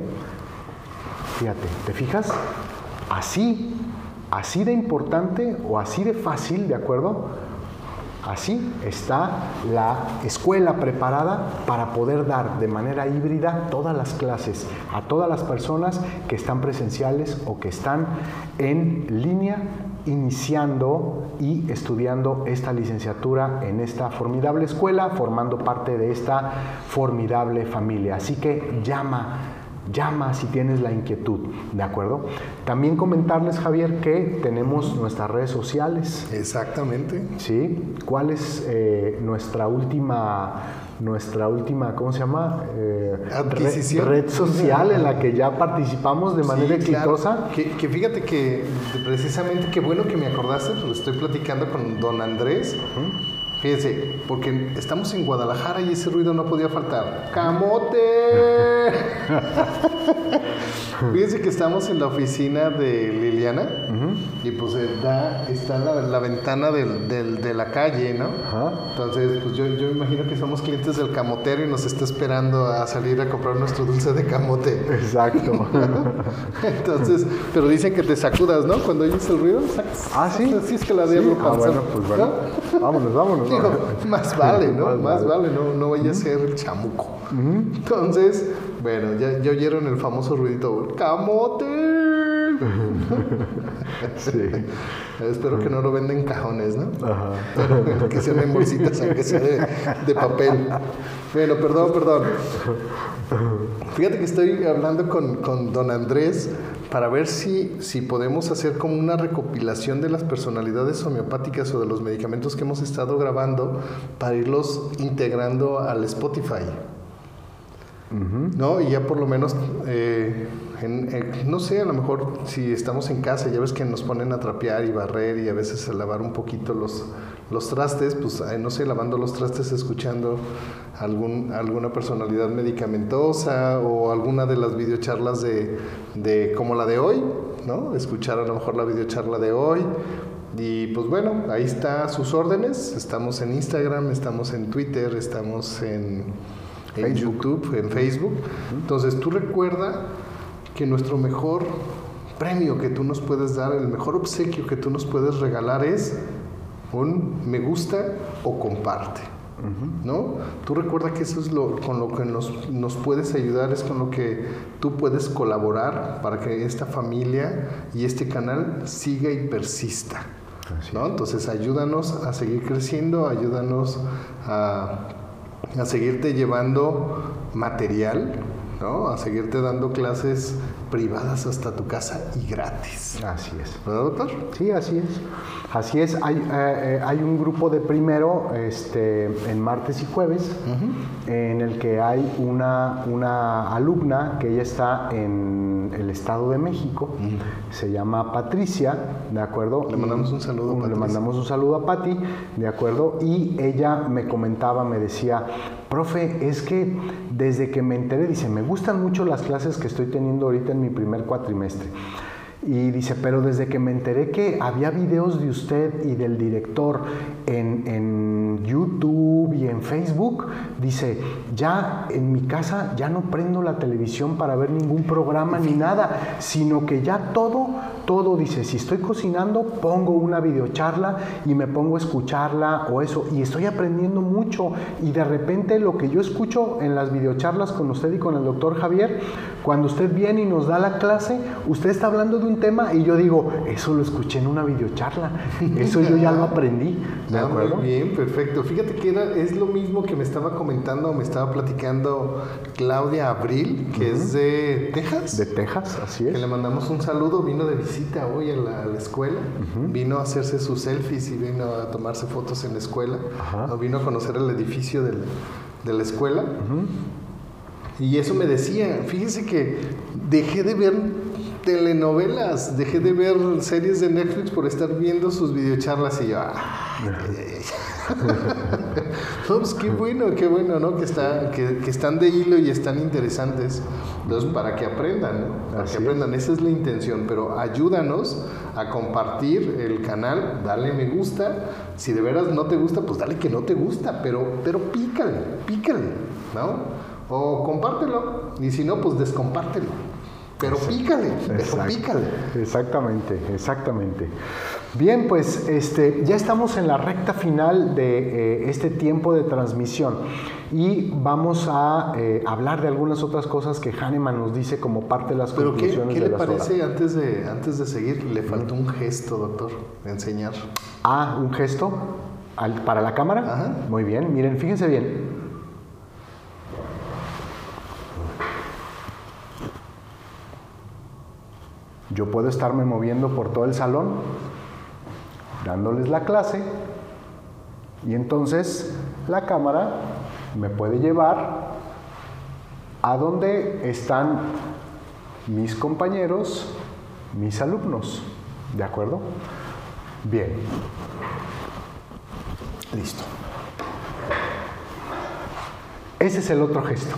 fíjate, ¿te fijas? Así, así de importante o así de fácil, ¿de acuerdo? Así está la escuela preparada para poder dar de manera híbrida todas las clases a todas las personas que están presenciales o que están en línea iniciando y estudiando esta licenciatura en esta formidable escuela, formando parte de esta formidable familia. Así que llama. Llama si tienes la inquietud, ¿de acuerdo? También comentarles, Javier, que tenemos nuestras redes sociales. Exactamente. ¿Sí? ¿Cuál es eh, nuestra última, nuestra última, ¿cómo se llama? Eh, Adquisición. Red, red social en la que ya participamos de manera sí, exitosa. Claro. Que, que fíjate que precisamente, qué bueno que me acordaste, pues estoy platicando con don Andrés. Uh-huh. Fíjense, porque estamos en Guadalajara y ese ruido no podía faltar. ¡Camote! Fíjense que estamos en la oficina de Liliana uh-huh. y pues da, está la, la ventana del, del, de la calle, ¿no? Uh-huh. Entonces, pues yo, yo imagino que somos clientes del camotero y nos está esperando a salir a comprar nuestro dulce de camote. Exacto. Entonces, pero dicen que te sacudas, ¿no? Cuando oyes el ruido, sacas. Ah, ¿sí? Así es que la diablo sí. Ah, bueno, pues bueno. ¿No? Vámonos, vámonos. Digo, más vale, ¿no? Más, más vale, vale no, no vaya a ser el chamuco. Uh-huh. Entonces, bueno, ya, ya oyeron el famoso ruidito, ¡camote! Sí. Espero que no lo venden en cajones, ¿no? Ajá. Pero que sean en bolsitas, aunque sea de, de papel. Bueno, perdón, perdón. Fíjate que estoy hablando con, con don Andrés para ver si, si podemos hacer como una recopilación de las personalidades homeopáticas o de los medicamentos que hemos estado grabando para irlos integrando al Spotify. Uh-huh. ¿No? Y ya por lo menos, eh, en, en, no sé, a lo mejor si estamos en casa, ya ves que nos ponen a trapear y barrer y a veces a lavar un poquito los, los trastes, pues eh, no sé, lavando los trastes, escuchando algún, alguna personalidad medicamentosa o alguna de las videocharlas de, de como la de hoy, ¿no? Escuchar a lo mejor la videocharla de hoy. Y pues bueno, ahí está a sus órdenes. Estamos en Instagram, estamos en Twitter, estamos en... en YouTube, en Facebook. Entonces tú recuerda que nuestro mejor premio que tú nos puedes dar, el mejor obsequio que tú nos puedes regalar es un me gusta o comparte. Uh-huh. ¿No? Tú recuerda que eso es lo con lo que nos, nos puedes ayudar, es con lo que tú puedes colaborar para que esta familia y este canal siga y persista. ¿No? Entonces ayúdanos a seguir creciendo, ayúdanos a a seguirte llevando material, ¿no? A seguirte dando clases privadas hasta tu casa y gratis. Así es. ¿Verdad, doctor? Sí, así es. Así es. Hay, eh, hay un grupo de primero este, en martes y jueves uh-huh. en el que hay una, una alumna que ella está en el Estado de México. Uh-huh. Se llama Patricia, ¿de acuerdo? Le mandamos un saludo a Patricia. Le mandamos un saludo a Pati, ¿de acuerdo? Y ella me comentaba, me decía, profe, es que desde que me enteré, dice, me gustan mucho las clases que estoy teniendo ahorita en mi primer cuatrimestre. Y dice, pero desde que me enteré que había videos de usted y del director en, en YouTube y en Facebook, dice, ya en mi casa ya no prendo la televisión para ver ningún programa ni nada, sino que ya todo, todo, dice, si estoy cocinando, pongo una videocharla y me pongo a escucharla o eso, y estoy aprendiendo mucho, y de repente lo que yo escucho en las videocharlas con usted y con el doctor Javier, cuando usted viene y nos da la clase, usted está hablando de un tema y yo digo, eso lo escuché en una videocharla, eso yo ya lo aprendí, ¿de ah, acuerdo? Muy bien, perfecto. Fíjate que era, es lo mismo que me estaba comentando, me estaba platicando Claudia Abril, que uh-huh. es de Texas. De Texas, así es. Que le mandamos un saludo, vino de visita hoy a la, a la escuela, uh-huh. vino a hacerse sus selfies y vino a tomarse fotos en la escuela, uh-huh. vino a conocer el edificio del, de la escuela. Uh-huh. Y eso me decía, fíjese que dejé de ver telenovelas, dejé de ver series de Netflix por estar viendo sus videocharlas y yo, ¡ah! No, pues qué bueno, qué bueno, ¿no? Que, está, que, que están de hilo y están interesantes. Entonces, para que aprendan, ¿no? Para Así que aprendan, es. Esa es la intención, pero ayúdanos a compartir el canal, dale me gusta, si de veras no te gusta, pues dale que no te gusta, pero, pero pícale, pícale, ¿no? O compártelo, y si no, pues descompártelo. Pero pícale, pero Exacto. pícale. Exactamente, exactamente. Bien, pues este, ya estamos en la recta final de eh, este tiempo de transmisión y vamos a eh, hablar de algunas otras cosas que Hahnemann nos dice como parte de las ¿Pero conclusiones qué, qué de le la parece antes de, antes de seguir? Le faltó un gesto, doctor, de enseñar. Ah, un gesto al, para la cámara. Ajá. Muy bien, miren, fíjense bien. Yo puedo estarme moviendo por todo el salón, dándoles la clase, y entonces la cámara me puede llevar a donde están mis compañeros, mis alumnos. ¿De acuerdo? Bien. Listo. Ese es el otro gesto.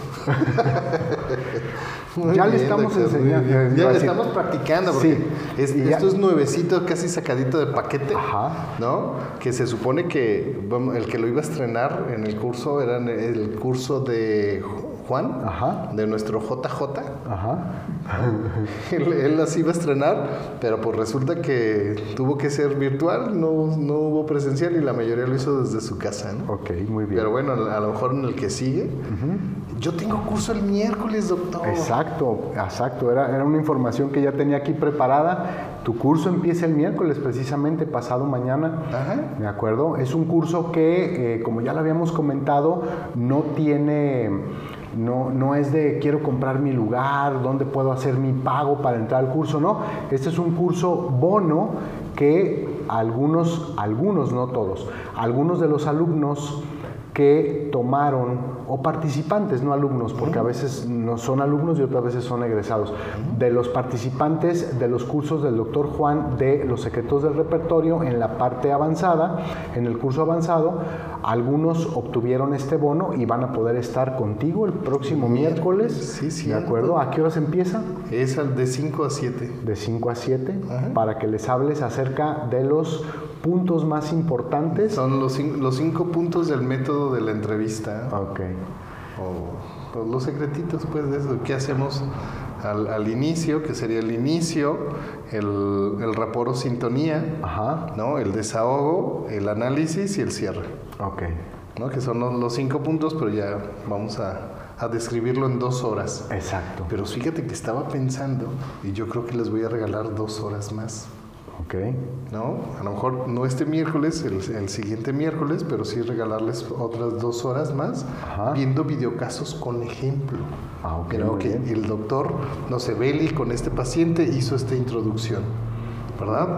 Muy ya bien, le estamos doctor, enseñando. Ya le estamos practicando, porque sí, es, esto es nuevecito, casi sacadito de paquete. Ajá. ¿No? Que se supone que bueno, el que lo iba a estrenar en el curso era el curso de Juan, Ajá. de nuestro J J. Ajá. él, él así iba a estrenar, pero pues resulta que tuvo que ser virtual, no, no hubo presencial y la mayoría lo hizo desde su casa, ¿no? Ok, muy bien. Pero bueno, a lo mejor en el que sigue, uh-huh. yo tengo curso el miércoles, doctor. Exacto, exacto. Era, era una información que ya tenía aquí preparada. Tu curso empieza el miércoles, precisamente pasado mañana. Ajá. ¿De acuerdo? Es un curso que, eh, como ya lo habíamos comentado, no tiene... No, no es de quiero comprar mi lugar, dónde puedo hacer mi pago para entrar al curso, no. Este es un curso bono que algunos, algunos, no todos, algunos de los alumnos que tomaron, o participantes, no alumnos, porque a veces no son alumnos y otras veces son egresados, de los participantes de los cursos del doctor Juan de Los Secretos del Repertorio en la parte avanzada, en el curso avanzado, algunos obtuvieron este bono y van a poder estar contigo el próximo miércoles. Sí, sí. ¿De acuerdo? ¿A qué horas empieza? Es de cinco a siete. De cinco a siete, Ajá. para que les hables acerca de los puntos más importantes. Son los, los cinco puntos del método de la entrevista. Ok. O, o los secretitos, pues, de eso. ¿Qué hacemos al, al inicio? Que sería el inicio, el, el rapport o sintonía, Ajá. ¿no? El desahogo, el análisis y el cierre. Ok. ¿No? Que son los, los cinco puntos, pero ya vamos a, a describirlo en dos horas. Exacto. Pero fíjate que estaba pensando, y yo creo que les voy a regalar dos horas más. Ok. ¿No? A lo mejor no este miércoles, el, el siguiente miércoles, pero sí regalarles otras dos horas más. Ajá. Viendo videocasos con ejemplo. Ah, ok. Pero que el doctor, no sé, Beli con este paciente hizo esta introducción, ¿verdad?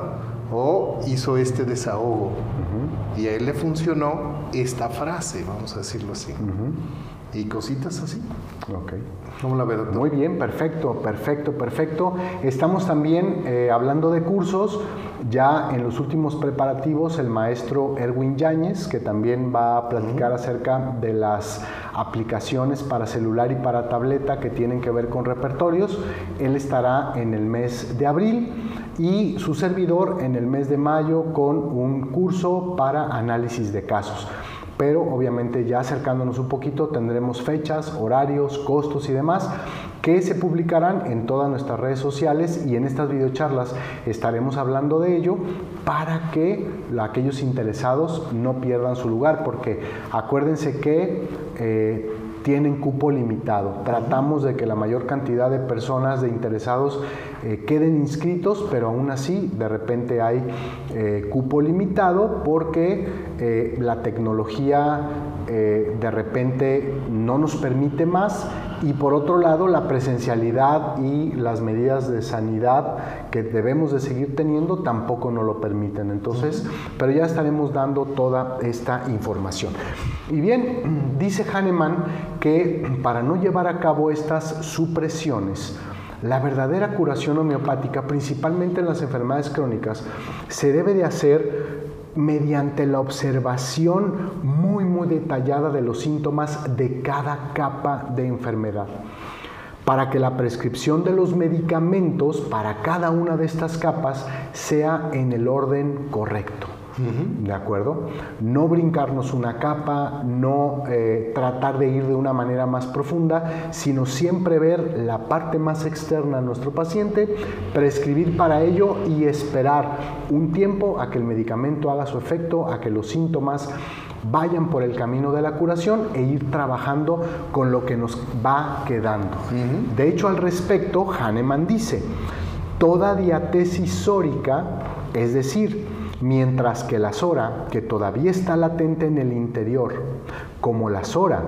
O hizo este desahogo. Uh-huh. Y a él le funcionó esta frase, vamos a decirlo así. Uh-huh. Y cositas así. Ok. ¿Cómo la ve, doctor? Muy bien, perfecto, perfecto, perfecto. Estamos también eh, hablando de cursos. Ya en los últimos preparativos, el maestro Erwin Yáñez, que también va a platicar uh-huh. acerca de las aplicaciones para celular y para tableta que tienen que ver con repertorios. Él estará en el mes de abril y su servidor en el mes de mayo con un curso para análisis de casos. Pero obviamente ya acercándonos un poquito tendremos fechas, horarios, costos y demás que se publicarán en todas nuestras redes sociales, y en estas videocharlas estaremos hablando de ello para que aquellos interesados no pierdan su lugar, porque acuérdense que eh, tienen cupo limitado. Tratamos de que la mayor cantidad de personas, de interesados, eh, queden inscritos, pero aún así de repente hay eh, cupo limitado porque eh, la tecnología eh, de repente no nos permite más, y por otro lado la presencialidad y las medidas de sanidad que debemos de seguir teniendo tampoco nos lo permiten. Entonces, pero ya estaremos dando toda esta información. Y bien, dice Hahnemann que para no llevar a cabo estas supresiones, la verdadera curación homeopática, principalmente en las enfermedades crónicas, se debe de hacer mediante la observación muy muy detallada de los síntomas de cada capa de enfermedad, para que la prescripción de los medicamentos para cada una de estas capas sea en el orden correcto. Uh-huh. ¿De acuerdo? No brincarnos una capa, no eh, tratar de ir de una manera más profunda, sino siempre ver la parte más externa de nuestro paciente, prescribir para ello y esperar un tiempo a que el medicamento haga su efecto, a que los síntomas vayan por el camino de la curación e ir trabajando con lo que nos va quedando. Uh-huh. De hecho, al respecto, Hahnemann dice: toda diatesis sórica, es decir, mientras que la sora, que todavía está latente en el interior, como la sora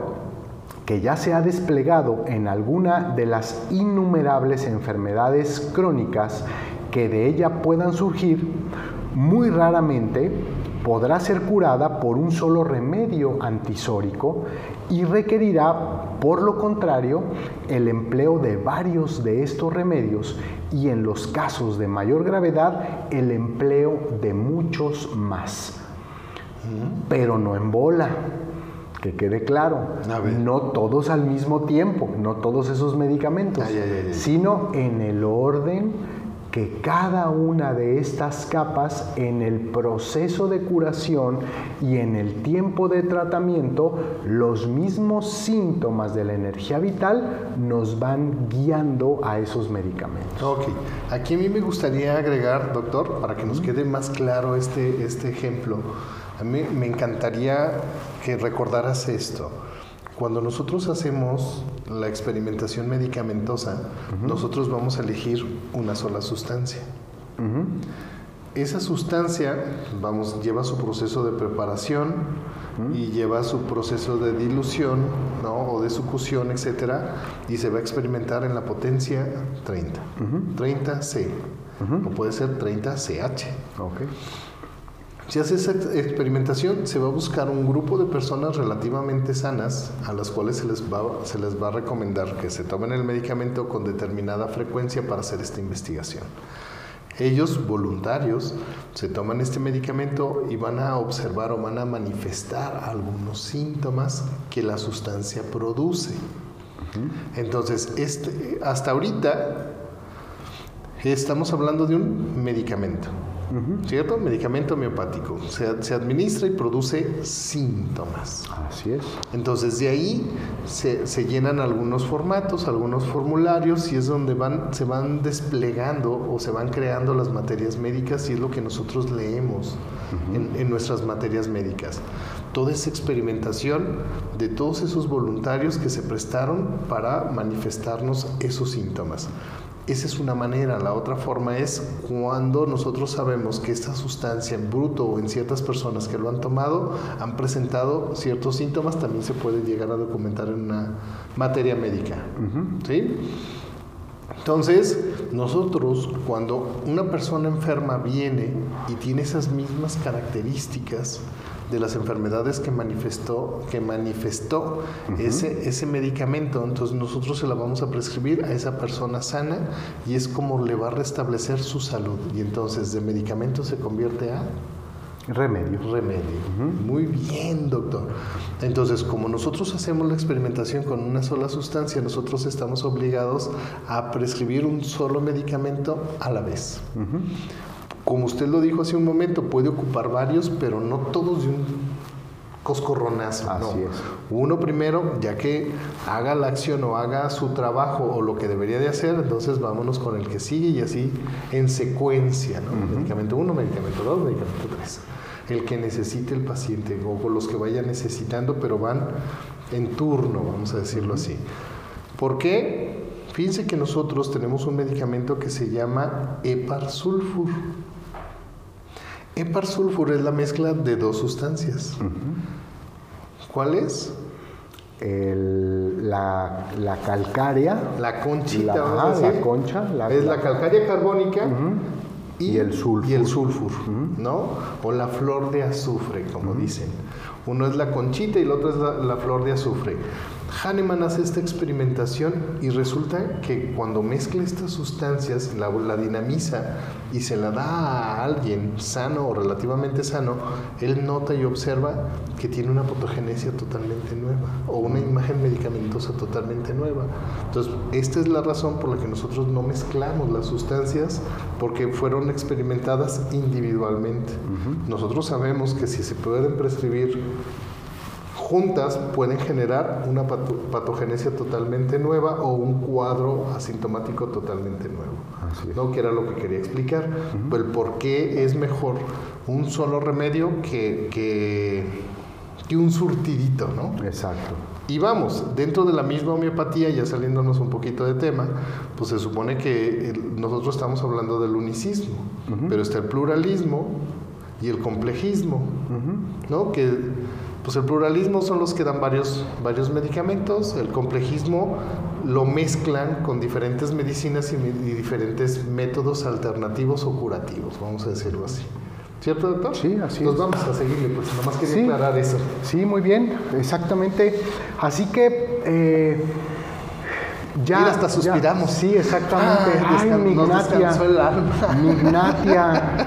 que ya se ha desplegado en alguna de las innumerables enfermedades crónicas que de ella puedan surgir, muy raramente podrá ser curada por un solo remedio antisórico y requerirá, por lo contrario, el empleo de varios de estos remedios y, en los casos de mayor gravedad, el empleo de muchos más. Pero no en bola, que quede claro, no todos al mismo tiempo, no todos esos medicamentos, ay, ay, ay, sino en el orden que cada una de estas capas, en el proceso de curación y en el tiempo de tratamiento, los mismos síntomas de la energía vital nos van guiando a esos medicamentos. Ok, aquí a mí me gustaría agregar, doctor, para que nos quede más claro este, este ejemplo, a mí me encantaría que recordaras esto. Cuando nosotros hacemos la experimentación medicamentosa, uh-huh. nosotros vamos a elegir una sola sustancia. Uh-huh. Esa sustancia, vamos, lleva su proceso de preparación uh-huh. y lleva su proceso de dilución, ¿no? O de succión, etcétera, y se va a experimentar en la potencia treinta. Uh-huh. treinta C, uh-huh. o puede ser treinta C H. Okay. Si hace esa experimentación, se va a buscar un grupo de personas relativamente sanas a las cuales se les va, se les va a recomendar que se tomen el medicamento con determinada frecuencia para hacer esta investigación. Ellos, voluntarios, se toman este medicamento y van a observar o van a manifestar algunos síntomas que la sustancia produce. Uh-huh. Entonces, este, hasta ahorita estamos hablando de un medicamento. Uh-huh. ¿Cierto? Medicamento homeopático. Se, se administra y produce síntomas. Así es. Entonces, de ahí se, se llenan algunos formatos, algunos formularios, y es donde van, se van desplegando o se van creando las materias médicas, y es lo que nosotros leemos uh-huh. en, en nuestras materias médicas. Toda esa experimentación de todos esos voluntarios que se prestaron para manifestarnos esos síntomas. Esa es una manera. La otra forma es cuando nosotros sabemos que esta sustancia en bruto o en ciertas personas que lo han tomado han presentado ciertos síntomas, también se puede llegar a documentar en una materia médica. Uh-huh. ¿Sí? Entonces, nosotros, cuando una persona enferma viene y tiene esas mismas características de las enfermedades que manifestó, que manifestó uh-huh. ese, ese medicamento, entonces nosotros se la vamos a prescribir a esa persona sana y es como le va a restablecer su salud. Y entonces de medicamento se convierte a remedio. Remedio. Uh-huh. Muy bien, doctor. Entonces, como nosotros hacemos la experimentación con una sola sustancia, nosotros estamos obligados a prescribir un solo medicamento a la vez. Uh-huh. Como usted lo dijo hace un momento, puede ocupar varios, pero no todos de un coscorronazo. Así no. es. Uno primero, ya que haga la acción o haga su trabajo o lo que debería de hacer, entonces vámonos con el que sigue y así en secuencia, ¿no? Uh-huh. Medicamento uno, medicamento dos, medicamento tres. El que necesite el paciente o los que vaya necesitando, pero van en turno, vamos a decirlo uh-huh. así. ¿Por qué? Fíjense que nosotros tenemos un medicamento que se llama Heparsulfur. Heparsulfur es la mezcla de dos sustancias. Uh-huh. ¿Cuál es? El, la, la calcárea. La conchita, la, vamos a decir. La concha. La, es la, la calcárea carbónica uh-huh. y, y el sulfur. Y el sulfur, uh-huh. ¿no? O la flor de azufre, como uh-huh. dicen. Uno es la conchita y el otro es la, la flor de azufre. Hahnemann hace esta experimentación y resulta que cuando mezcla estas sustancias, la, la dinamiza y se la da a alguien sano o relativamente sano, él nota y observa que tiene una patogenia totalmente nueva o una imagen medicamentosa totalmente nueva. Entonces, esta es la razón por la que nosotros no mezclamos las sustancias, porque fueron experimentadas individualmente. Uh-huh. Nosotros sabemos que si se pueden prescribir juntas pueden generar una pato patogenia totalmente nueva o un cuadro asintomático totalmente nuevo. Así es. ¿No? Que era lo que quería explicar. Uh-huh. El por qué es mejor un solo remedio que, que, que un surtidito, ¿no? Exacto. Y vamos, dentro de la misma homeopatía, ya saliéndonos un poquito de tema, pues se supone que el, nosotros estamos hablando del unicismo, uh-huh. pero está el pluralismo y el complejismo, uh-huh. ¿no? Que pues el pluralismo son los que dan varios, varios medicamentos, el complejismo lo mezclan con diferentes medicinas y, y diferentes métodos alternativos o curativos, vamos a decirlo así. ¿Cierto, doctor? Sí, así Nos es. vamos a seguirle, pues nomás quería sí, aclarar eso. Sí, muy bien, exactamente. Así que... Eh, Ya, Mira, hasta suspiramos. Ya, sí, exactamente. Ah, Ay, descan- mi Ignatia. el alma. Mi Ignatia.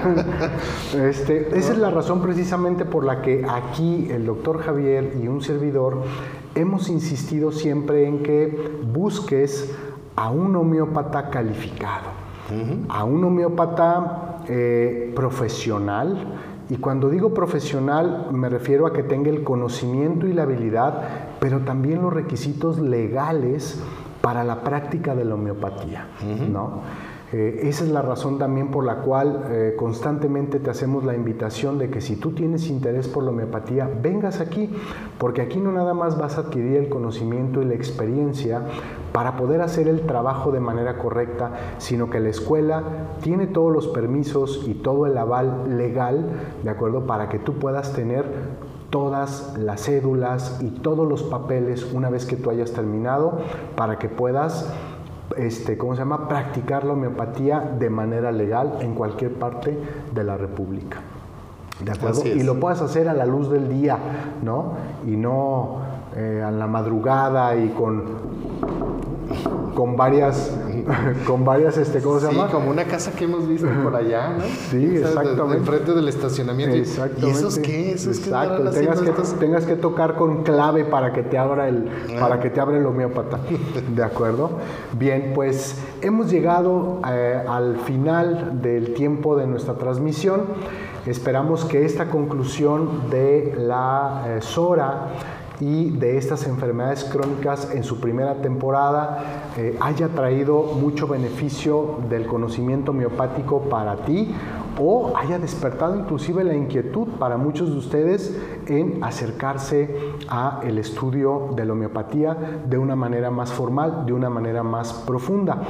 Este, esa es la razón precisamente por la que aquí el doctor Javier y un servidor hemos insistido siempre en que busques a un homeópata calificado, uh-huh. a un homeópata eh, profesional. Y cuando digo profesional me refiero a que tenga el conocimiento y la habilidad, pero también los requisitos legales para la práctica de la homeopatía, uh-huh. ¿no? Eh, esa es la razón también por la cual eh, constantemente te hacemos la invitación de que si tú tienes interés por la homeopatía, vengas aquí, porque aquí no nada más vas a adquirir el conocimiento y la experiencia para poder hacer el trabajo de manera correcta, sino que la escuela tiene todos los permisos y todo el aval legal, ¿de acuerdo?, para que tú puedas tener todas las cédulas y todos los papeles una vez que tú hayas terminado, para que puedas Este, ¿cómo se llama? practicar la homeopatía de manera legal en cualquier parte de la República. ¿De acuerdo? Y lo puedas hacer a la luz del día, ¿no? Y no eh, a la madrugada y con, con varias, con varias, este, ¿cómo se llama? Sí, como una casa que hemos visto por allá, ¿no? Sí, o sea, exactamente. Enfrente del estacionamiento. Exactamente. ¿Y esos qué? ¿Esos Exacto. qué tengas, que, estos? tengas que tocar con clave para que te abra el, ah. para que te abra el homeópata. ¿De acuerdo? Bien, pues hemos llegado eh, al final del tiempo de nuestra transmisión. Esperamos que esta conclusión de la eh, SORA y de estas enfermedades crónicas en su primera temporada eh, haya traído mucho beneficio del conocimiento homeopático para ti, o haya despertado inclusive la inquietud para muchos de ustedes en acercarse a el estudio de la homeopatía de una manera más formal, de una manera más profunda.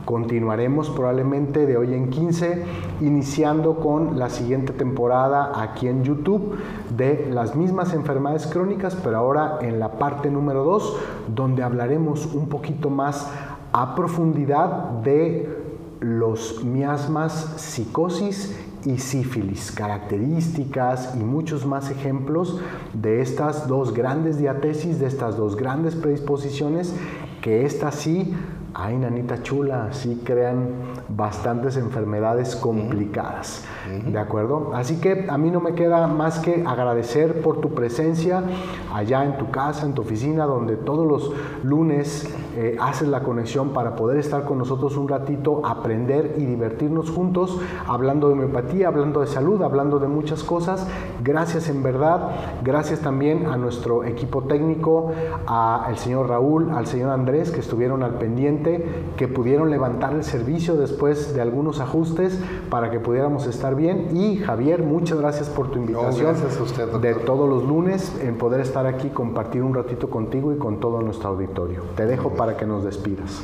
Continuaremos probablemente de hoy en quince, iniciando con la siguiente temporada aquí en YouTube de las mismas enfermedades crónicas, pero ahora en la parte número dos, donde hablaremos un poquito más a profundidad de los miasmas, psicosis y sífilis, características y muchos más ejemplos de estas dos grandes diatesis, de estas dos grandes predisposiciones, que estas sí, ay, nanita chula, sí crean bastantes enfermedades complicadas, ¿de acuerdo? Así que a mí no me queda más que agradecer por tu presencia allá en tu casa, en tu oficina, donde todos los lunes eh, haces la conexión para poder estar con nosotros un ratito, aprender y divertirnos juntos, hablando de homeopatía, hablando de salud, hablando de muchas cosas. Gracias en verdad, gracias también a nuestro equipo técnico, al señor Raúl, al señor Andrés, que estuvieron al pendiente, que pudieron levantar el servicio después de algunos ajustes para que pudiéramos estar bien. Y Javier, muchas gracias por tu invitación. No, gracias a usted, doctor. De todos los lunes en poder estar aquí, compartir un ratito contigo y con todo nuestro auditorio. Te dejo para que nos despidas.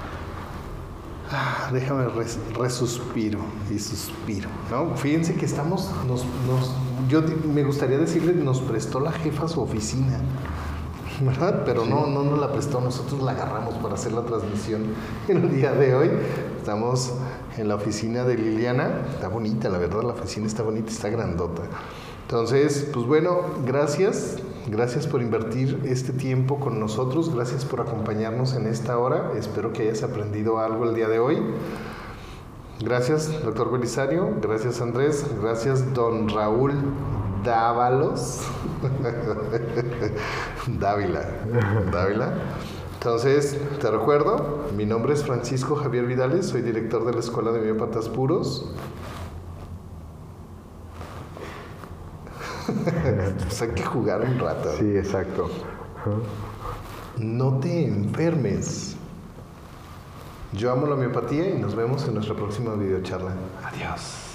Ah, déjame res, resuspiro y suspiro, ¿no? Fíjense que estamos, nos, nos, yo me gustaría decirle, nos prestó la jefa su oficina, ¿verdad? Pero sí. no, no nos la prestó, nosotros la agarramos para hacer la transmisión el día de hoy. Estamos en la oficina de Liliana, está bonita, la verdad, la oficina está bonita, está grandota. Entonces, pues bueno, gracias, gracias por invertir este tiempo con nosotros, gracias por acompañarnos en esta hora, espero que hayas aprendido algo el día de hoy. Gracias, doctor Belisario, gracias Andrés, gracias don Raúl Dávalos, Dávila, Dávila. Entonces, te recuerdo, mi nombre es Francisco Javier Vidales, soy director de la Escuela de Homeópatas Puros. Pues hay que jugar un rato. Sí, exacto. No te enfermes. Yo amo la homeopatía y nos vemos en nuestra próxima videocharla. Adiós.